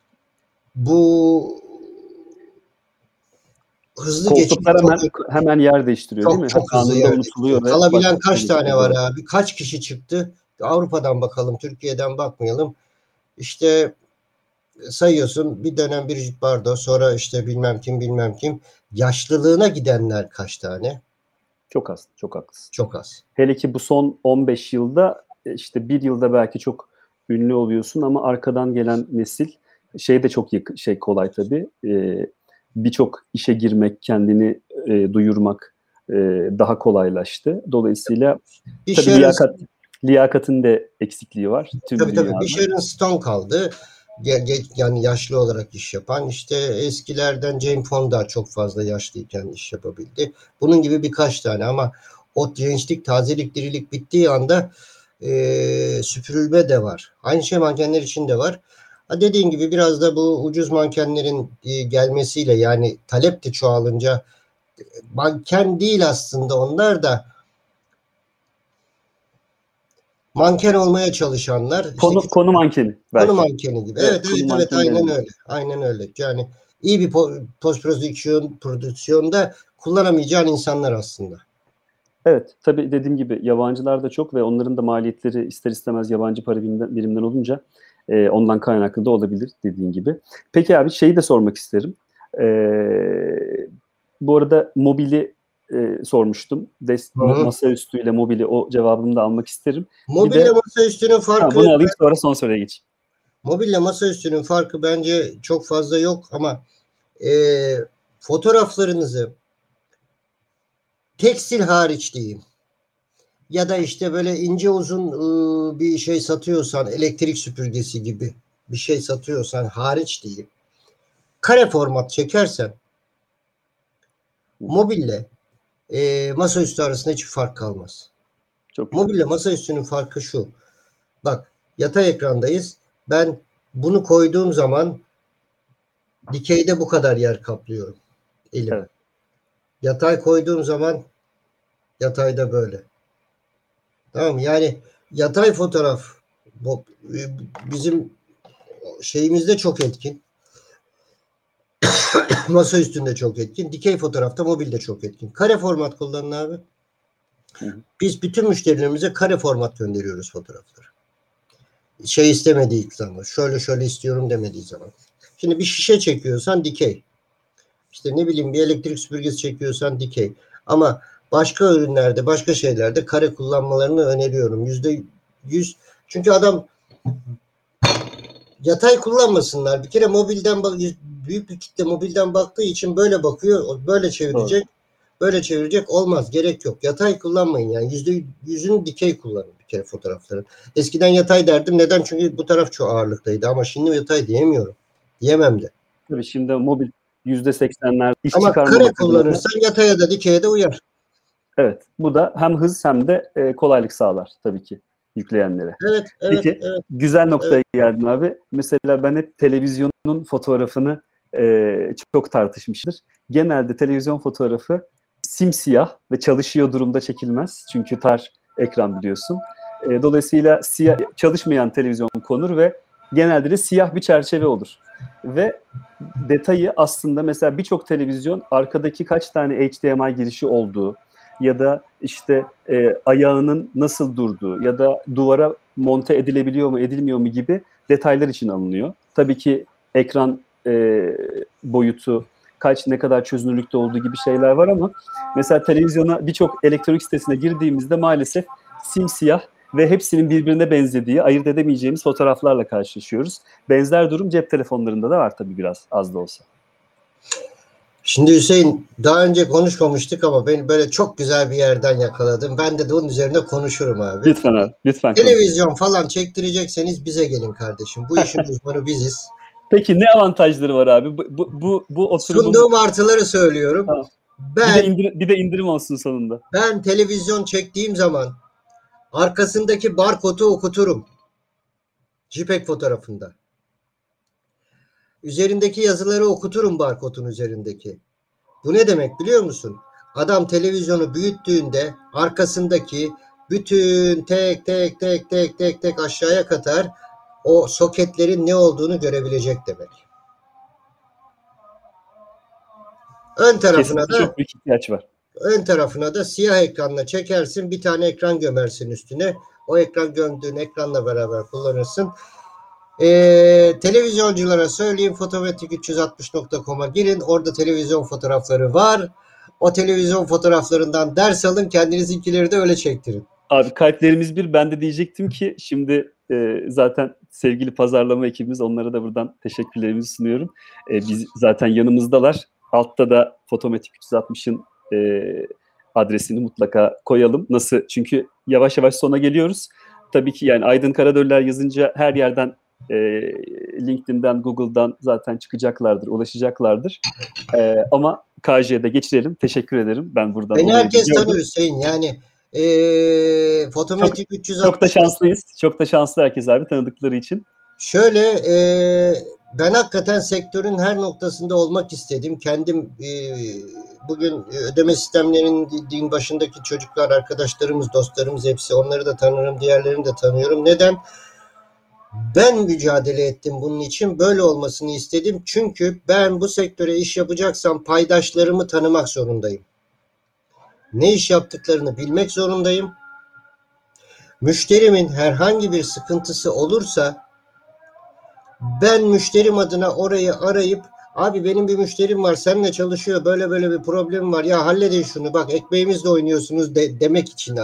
bu hızlı geçiş Koltuklar çok hemen hemen yer değiştiriyor değil mi? çok çok hızlı Anında yer unutuluyor değiştiriyor. ve Kalabilen başka kaç bir tane şey var oluyor. abi? Kaç kişi çıktı? Avrupa'dan bakalım, Türkiye'den bakmayalım. İşte sayıyorsun bir dönem Brigitte Bardot, sonra işte bilmem kim bilmem kim. Yaşlılığına gidenler kaç tane? Çok az, çok haklısın. Çok az. Hele ki bu son on beş yılda işte bir yılda belki çok ünlü oluyorsun ama arkadan gelen nesil şey de çok yakın, şey kolay tabii. Ee, birçok işe girmek, kendini e, duyurmak e, daha kolaylaştı. Dolayısıyla Bir tabii Sharon, liyakat, liyakatın da eksikliği var tüm tabii tabii dünyada. bir Sharon Stone kaldı. Yani yaşlı olarak iş yapan. İşte eskilerden Jane Fonda çok fazla yaşlıyken iş yapabildi. Bunun gibi birkaç tane ama o gençlik, tazelik, dirilik bittiği anda e, süpürülme de var. Aynı şey mankenler için de var. Ha dediğin gibi biraz da bu ucuz mankenlerin e, gelmesiyle yani talep de çoğalınca manken değil aslında onlar da manken olmaya çalışanlar işte Konu konu mankeni konu belki. mankeni gibi. Evet, Evet konu evet evet mankeni aynen denebilir. öyle. Aynen öyle. Yani iyi bir post prodüksiyon prodüksiyonda kullanamayacağın insanlar aslında. Evet, tabii dediğim gibi yabancılar da çok ve onların da maliyetleri ister istemez yabancı para birimden, birimden olunca e, ondan kaynaklı da olabilir dediğin gibi. Peki abi şeyi de sormak isterim. E, bu arada mobili e, sormuştum. Des, Hı mo, hı. masaüstüyle mobili o cevabını da almak isterim. Bir Mobille de masaüstünün ha, farkı bunu alayım sonra son soruya geçeyim. mobille masaüstünün farkı bence çok fazla yok ama e, fotoğraflarınızı tekstil hariç diyeyim ya da işte böyle ince uzun ıı, bir şey satıyorsan elektrik süpürgesi gibi bir şey satıyorsan hariç diyeyim. Kare format çekersen mobille e, masaüstü arasında hiçbir fark kalmaz. Çok güzel. Mobille masaüstünün farkı şu. Bak yatay ekrandayız. Ben bunu koyduğum zaman dikeyde bu kadar yer kaplıyorum elim. Evet. Yatay koyduğum zaman yatayda böyle. Tamam mı? Yani yatay fotoğraf bu, bizim şeyimizde çok etkin. Masa üstünde çok etkin. Dikey fotoğrafta mobilde çok etkin. Kare format kullanın abi. Hı hı. Biz bütün müşterilerimize kare format gönderiyoruz fotoğrafları. Şey istemediği zaman, şöyle şöyle istiyorum demediği zaman. Şimdi bir şişe çekiyorsan dikey. İşte ne bileyim bir elektrik süpürgesi çekiyorsan dikey. Ama başka ürünlerde, başka şeylerde kare kullanmalarını öneriyorum. Yüzde yüz. Çünkü adam yatay kullanmasınlar. Bir kere mobilden büyük bir kitle mobilden baktığı için böyle bakıyor, böyle çevirecek. Doğru. Böyle çevirecek olmaz. Gerek yok. Yatay kullanmayın yani. Yüzde yüzünü dikey kullanın bir kere fotoğrafların. Eskiden yatay derdim. Neden? Çünkü bu taraf çok ağırlıktaydı. Ama şimdi yatay diyemiyorum. Diyemem de. Tabii şimdi mobil yüzde seksenler iş ama çıkarmamak kare kullanırsan adına... yataya da dikeye de uyar. Evet. Bu da hem hız hem de e, kolaylık sağlar tabii ki. yükleyenlere. Evet, evet, Peki, evet. güzel noktaya Evet. geldin abi. Mesela ben hep televizyonun fotoğrafını e, çok tartışmıştır. Genelde televizyon fotoğrafı simsiyah ve çalışıyor durumda çekilmez. Çünkü tar ekran biliyorsun. E, dolayısıyla siyah, çalışmayan televizyon konur ve genelde de siyah bir çerçeve olur. Ve detayı aslında mesela birçok televizyon arkadaki kaç tane H D M I girişi olduğu ya da işte e, ayağının nasıl durduğu ya da duvara monte edilebiliyor mu edilmiyor mu gibi detaylar için alınıyor. Tabii ki ekran e, boyutu, kaç ne kadar çözünürlükte olduğu gibi şeyler var ama mesela televizyona birçok elektronik sitesine girdiğimizde maalesef simsiyah ve hepsinin birbirine benzediği, ayırt edemeyeceğimiz fotoğraflarla karşılaşıyoruz. Benzer durum cep telefonlarında da var tabii, biraz az da olsa. Şimdi Hüseyin, daha önce konuşmamıştık ama beni böyle çok güzel bir yerden yakaladım. Ben de, de onun üzerine konuşurum abi. Lütfen abi, lütfen. Televizyon konuşalım falan çektirecekseniz bize gelin kardeşim. Bu işin uzmanı biziz. Peki ne avantajları var abi? Bu bu bu, bu oturumun... Sunduğum artıları söylüyorum. Tamam. Ben, bir de indir, bir de indirim olsun sonunda. Ben televizyon çektiğim zaman arkasındaki barkodu okuturum. JPEG fotoğrafında. Üzerindeki yazıları okuturum barkodun üzerindeki. Bu ne demek biliyor musun? Adam televizyonu büyüttüğünde arkasındaki bütün tek tek tek tek tek tek aşağıya kadar o soketlerin ne olduğunu görebilecek demek. Ön tarafına Kesinlikle da çok büyük ihtiyaç var. Ön tarafına da siyah ekranla çekersin. Bir tane ekran gömersin üstüne. O ekran gömdüğün ekranla beraber kullanırsın. Ee, televizyonculara söyleyeyim, fotometrik üç yüz altmış nokta com'a girin. Orada televizyon fotoğrafları var. O televizyon fotoğraflarından ders alın. Kendinizinkileri de öyle çektirin. Abi kalplerimiz bir. Ben de diyecektim ki şimdi e, zaten sevgili pazarlama ekibimiz, onlara da buradan teşekkürlerimizi sunuyorum. E, biz zaten yanımızdalar. Altta da fotometrik üç yüz altmışın e, adresini mutlaka koyalım. Nasıl? Çünkü yavaş yavaş sona geliyoruz. Tabii ki yani Aydın Karadöller yazınca her yerden e, LinkedIn'den, Google'dan zaten çıkacaklardır, ulaşacaklardır. E, ama K J'de geçirelim. Teşekkür ederim. Ben buradan... Beni herkes tanıyor Hüseyin. Yani e, fotometrik çok, üç yüz altmış. Çok da şanslıyız. Çok da şanslı herkes abi tanıdıkları için. Şöyle e, ben hakikaten sektörün her noktasında olmak istedim. Kendim e, bugün ödeme sistemlerinin başındaki çocuklar, arkadaşlarımız, dostlarımız hepsi, onları da tanırım, diğerlerini de tanıyorum. Neden? Ben mücadele ettim bunun için. Böyle olmasını istedim. Çünkü ben bu sektöre iş yapacaksam paydaşlarımı tanımak zorundayım. Ne iş yaptıklarını bilmek zorundayım. Müşterimin herhangi bir sıkıntısı olursa ben müşterim adına orayı arayıp, abi benim bir müşterim var, seninle çalışıyor, böyle böyle bir problem var, ya halledin şunu, bak ekmeğimizle oynuyorsunuz de, demek için.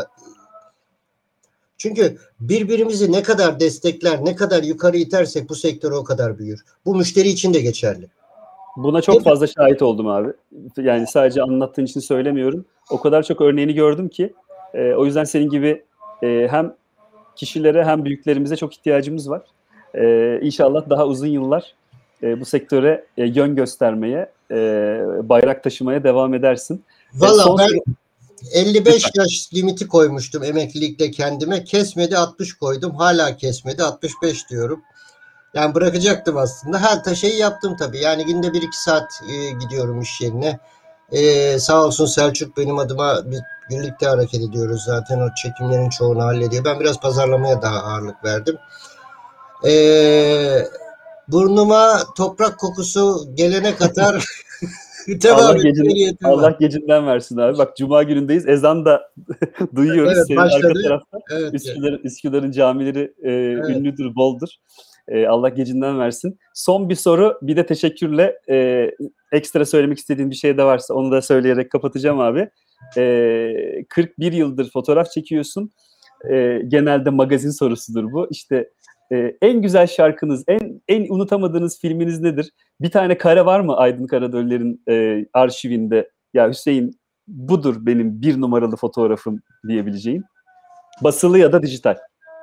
Çünkü birbirimizi ne kadar destekler, ne kadar yukarı itersek bu sektör o kadar büyür. Bu müşteri için de geçerli. Buna çok fazla şahit oldum abi. Yani sadece anlattığın için söylemiyorum. O kadar çok örneğini gördüm ki. E, o yüzden senin gibi e, hem kişilere hem büyüklerimize çok ihtiyacımız var. E, İnşallah daha uzun yıllar e, bu sektöre e, yön göstermeye, e, bayrak taşımaya devam edersin. Valla son... ben elli beş yaş limiti koymuştum emeklilikte kendime. Kesmedi, altmış koydum. Hala kesmedi, altmış beş diyorum. Yani bırakacaktım aslında. Her şeyi yaptım tabii. Yani günde bir iki saat e, gidiyorum iş yerine. E, sağ olsun Selçuk benim adıma, biz birlikte hareket ediyoruz zaten. O çekimlerin çoğunu hallediyor. Ben biraz pazarlamaya daha ağırlık verdim. E, burnuma toprak kokusu gelene kadar Allah, gecin, Allah gecinden versin abi. Bak Cuma günündeyiz. Ezan da duyuyoruz. Evet, senin başladı. Arka tarafta. Evet, Üsküdar'ın, Üsküdar'ın camileri e, evet. ünlüdür, boldur. E, Allah gecinden versin. Son bir soru, bir de teşekkürle e, ekstra söylemek istediğin bir şey de varsa onu da söyleyerek kapatacağım abi. E, kırk bir yıldır fotoğraf çekiyorsun. E, genelde magazin sorusudur bu. İşte e, en güzel şarkınız, en en unutamadığınız filminiz nedir? Bir tane kare var mı Aydın Karadöller'in e, arşivinde? Ya Hüseyin, budur benim bir numaralı fotoğrafım diyebileceğin. Basılı ya da dijital.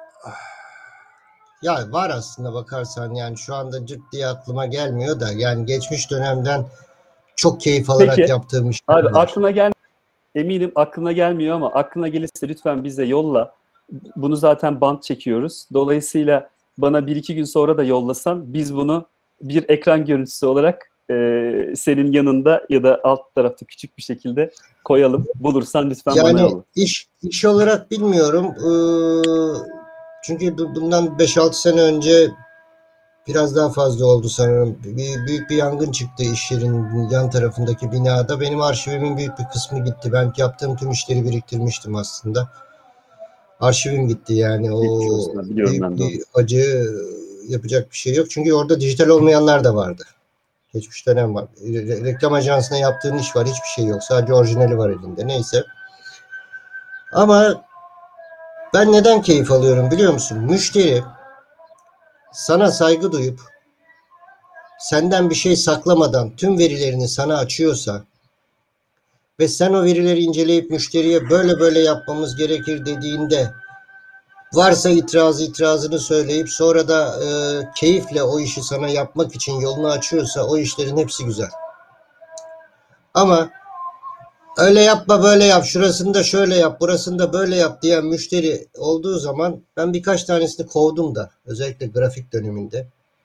Ya var aslında bakarsan, yani şu anda cırt diye aklıma gelmiyor da, yani geçmiş dönemden çok keyif alarak Peki, yaptığım işler abi var. aklına gel, eminim aklına gelmiyor ama aklına gelirse lütfen bize yolla. bunu zaten bant çekiyoruz. Dolayısıyla bana bir iki gün sonra da yollasan biz bunu bir ekran görüntüsü olarak e, senin yanında ya da alt tarafta küçük bir şekilde koyalım. Bulursan lütfen yani bana yolla. iş iş olarak bilmiyorum. Ee, çünkü bundan beş altı sene önce biraz daha fazla oldu sanırım. Bir, büyük bir yangın çıktı iş yerinin yan tarafındaki binada. Benim arşivimin büyük bir kısmı gitti. Ben yaptığım tüm işleri biriktirmiştim aslında. Arşivim gitti yani. O Olsun, biliyorum ben büyük de bir acı, yapacak bir şey yok. Çünkü orada dijital olmayanlar da vardı. Geçmiş dönem var. Re- reklam ajansına yaptığın iş var. Hiçbir şey yok. Sadece orijinali var elinde. Neyse. Ama ben neden keyif alıyorum biliyor musun? Müşteri sana saygı duyup senden bir şey saklamadan tüm verilerini sana açıyorsa ve sen o verileri inceleyip müşteriye böyle böyle yapmamız gerekir dediğinde varsa itirazı itirazını söyleyip sonra da e, keyifle o işi sana yapmak için yolunu açıyorsa o işlerin hepsi güzel. Ama öyle yapma böyle yap, şurasını da şöyle yap, burasını da böyle yap diyen müşteri olduğu zaman ben birkaç tanesini kovdum da özellikle grafik döneminde.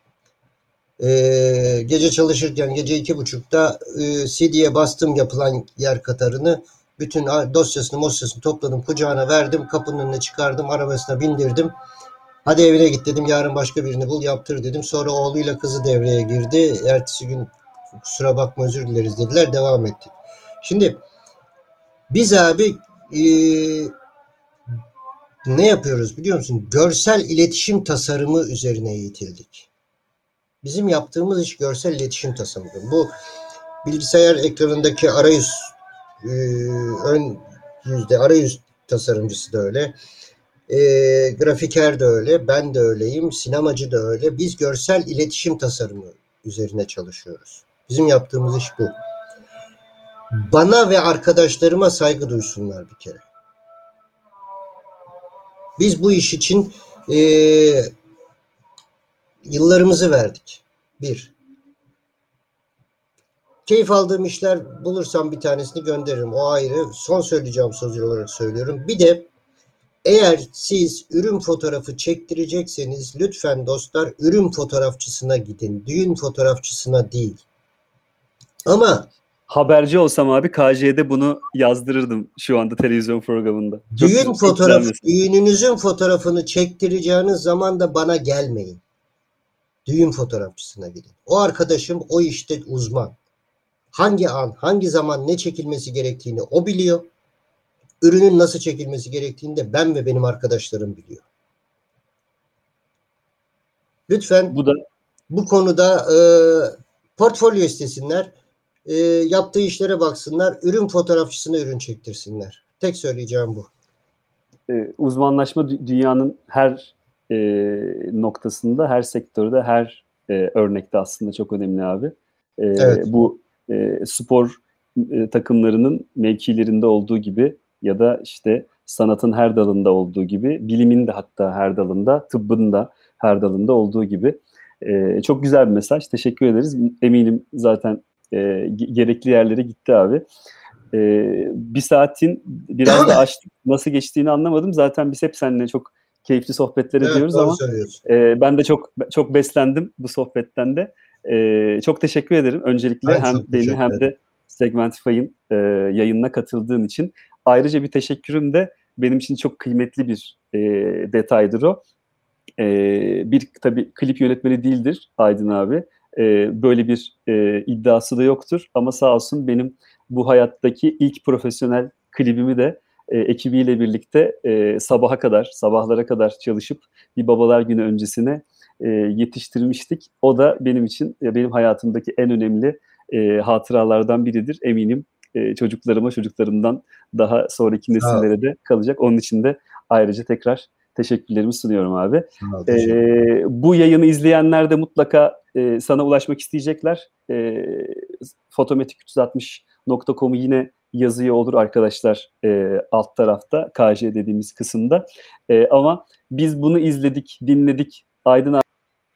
Ee, gece çalışırken gece iki buçukta e, C D'ye bastım yapılan yer katarını, bütün dosyasını dosyasını topladım, kucağına verdim, kapının önüne çıkardım, arabasına bindirdim. Hadi evine git dedim, yarın başka birini bul yaptır dedim. Sonra oğluyla kızı devreye girdi. Ertesi gün kusura bakma özür dileriz dediler, devam ettik. Şimdi biz abi e, ne yapıyoruz biliyor musun? Görsel iletişim tasarımı üzerine eğitildik. Bizim yaptığımız iş görsel iletişim tasarımı. Bu bilgisayar ekranındaki arayüz e, ön yüzde arayüz tasarımcısı da öyle. E, grafiker de öyle. Ben de öyleyim. Sinemacı da öyle. Biz görsel iletişim tasarımı üzerine çalışıyoruz. Bizim yaptığımız iş bu. Bana ve arkadaşlarıma saygı duysunlar bir kere. Biz bu iş için e, yıllarımızı verdik. Bir. Keyif aldığım işler bulursam bir tanesini gönderirim. O ayrı. Son söyleyeceğim söz olarak söylüyorum. Bir de eğer siz ürün fotoğrafı çektirecekseniz lütfen dostlar ürün fotoğrafçısına gidin. Düğün fotoğrafçısına değil. Ama haberci olsam abi K J'de bunu yazdırırdım şu anda televizyon programında. Çok düğün güzel, fotoğrafı, çok düğününüzün fotoğrafını çektireceğiniz zaman da bana gelmeyin. Düğün fotoğrafçısına gidin. O arkadaşım o işte uzman. Hangi an, hangi zaman ne çekilmesi gerektiğini o biliyor. Ürünün nasıl çekilmesi gerektiğini de ben ve benim arkadaşlarım biliyor. Lütfen bu da bu konuda e, portfolyo istesinler, e, yaptığı işlere baksınlar, ürün fotoğrafçısına ürün çektirsinler. Tek söyleyeceğim bu. e, uzmanlaşma dünyanın her e, noktasında, her sektörde, her e, örnekte aslında çok önemli abi. E, Evet. Bu e, spor e, takımlarının mevkilerinde olduğu gibi ya da işte sanatın her dalında olduğu gibi, bilimin de hatta her dalında, tıbbın da her dalında olduğu gibi. E, çok güzel bir mesaj. Teşekkür ederiz. Eminim zaten e, gerekli yerlere gitti abi. Ee, bir saatin biraz da açtık. Nasıl geçtiğini anlamadım. Zaten biz hep seninle çok keyifli sohbetler Evet, ediyoruz doğru ama söylüyorsun. e, ben de çok çok beslendim bu sohbetten de. E, çok teşekkür ederim öncelikle Ben hem çok beni teşekkür hem ederim. de Segmentify'ın e, yayınına katıldığın için. Ayrıca bir teşekkürüm de benim için çok kıymetli bir e, detaydır o. E, bir tabii klip yönetmeni değildir Aydın abi. E, böyle bir e, iddiası da yoktur ama sağ olsun benim bu hayattaki ilk profesyonel klibimi de e, ekibiyle birlikte e, sabaha kadar, sabahlara kadar çalışıp bir Babalar Günü öncesine e, yetiştirmiştik. O da benim için, e, benim hayatımdaki en önemli e, hatıralardan biridir. Eminim e, çocuklarıma, çocuklarımdan daha sonraki Sağ ol. nesillere de kalacak. Onun için de ayrıca tekrar teşekkürlerimi sunuyorum abi. Sağ ol, teşekkür ederim. E, bu yayını izleyenler de mutlaka e, sana ulaşmak isteyecekler. E, fotometik üç yüz altmış nokta com'u yine yazıyor olur arkadaşlar e, alt tarafta K J dediğimiz kısımda. E, ama biz bunu izledik, dinledik. Aydın abi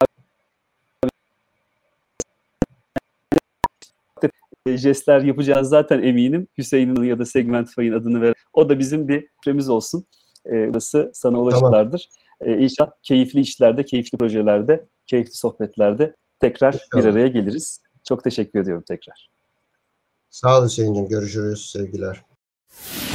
jestler yapacağız zaten eminim. Hüseyin'in ya da Segmentify'ın adını ver. O da bizim bir fikrimiz olsun. e, burası sana ulaşırlardır. Tamam. E, inşallah keyifli işlerde, keyifli projelerde, keyifli sohbetlerde tekrar İnşallah. bir araya geliriz. Çok teşekkür ediyorum tekrar. Sağ olun Hüseyin'cim. Görüşürüz. Sevgiler.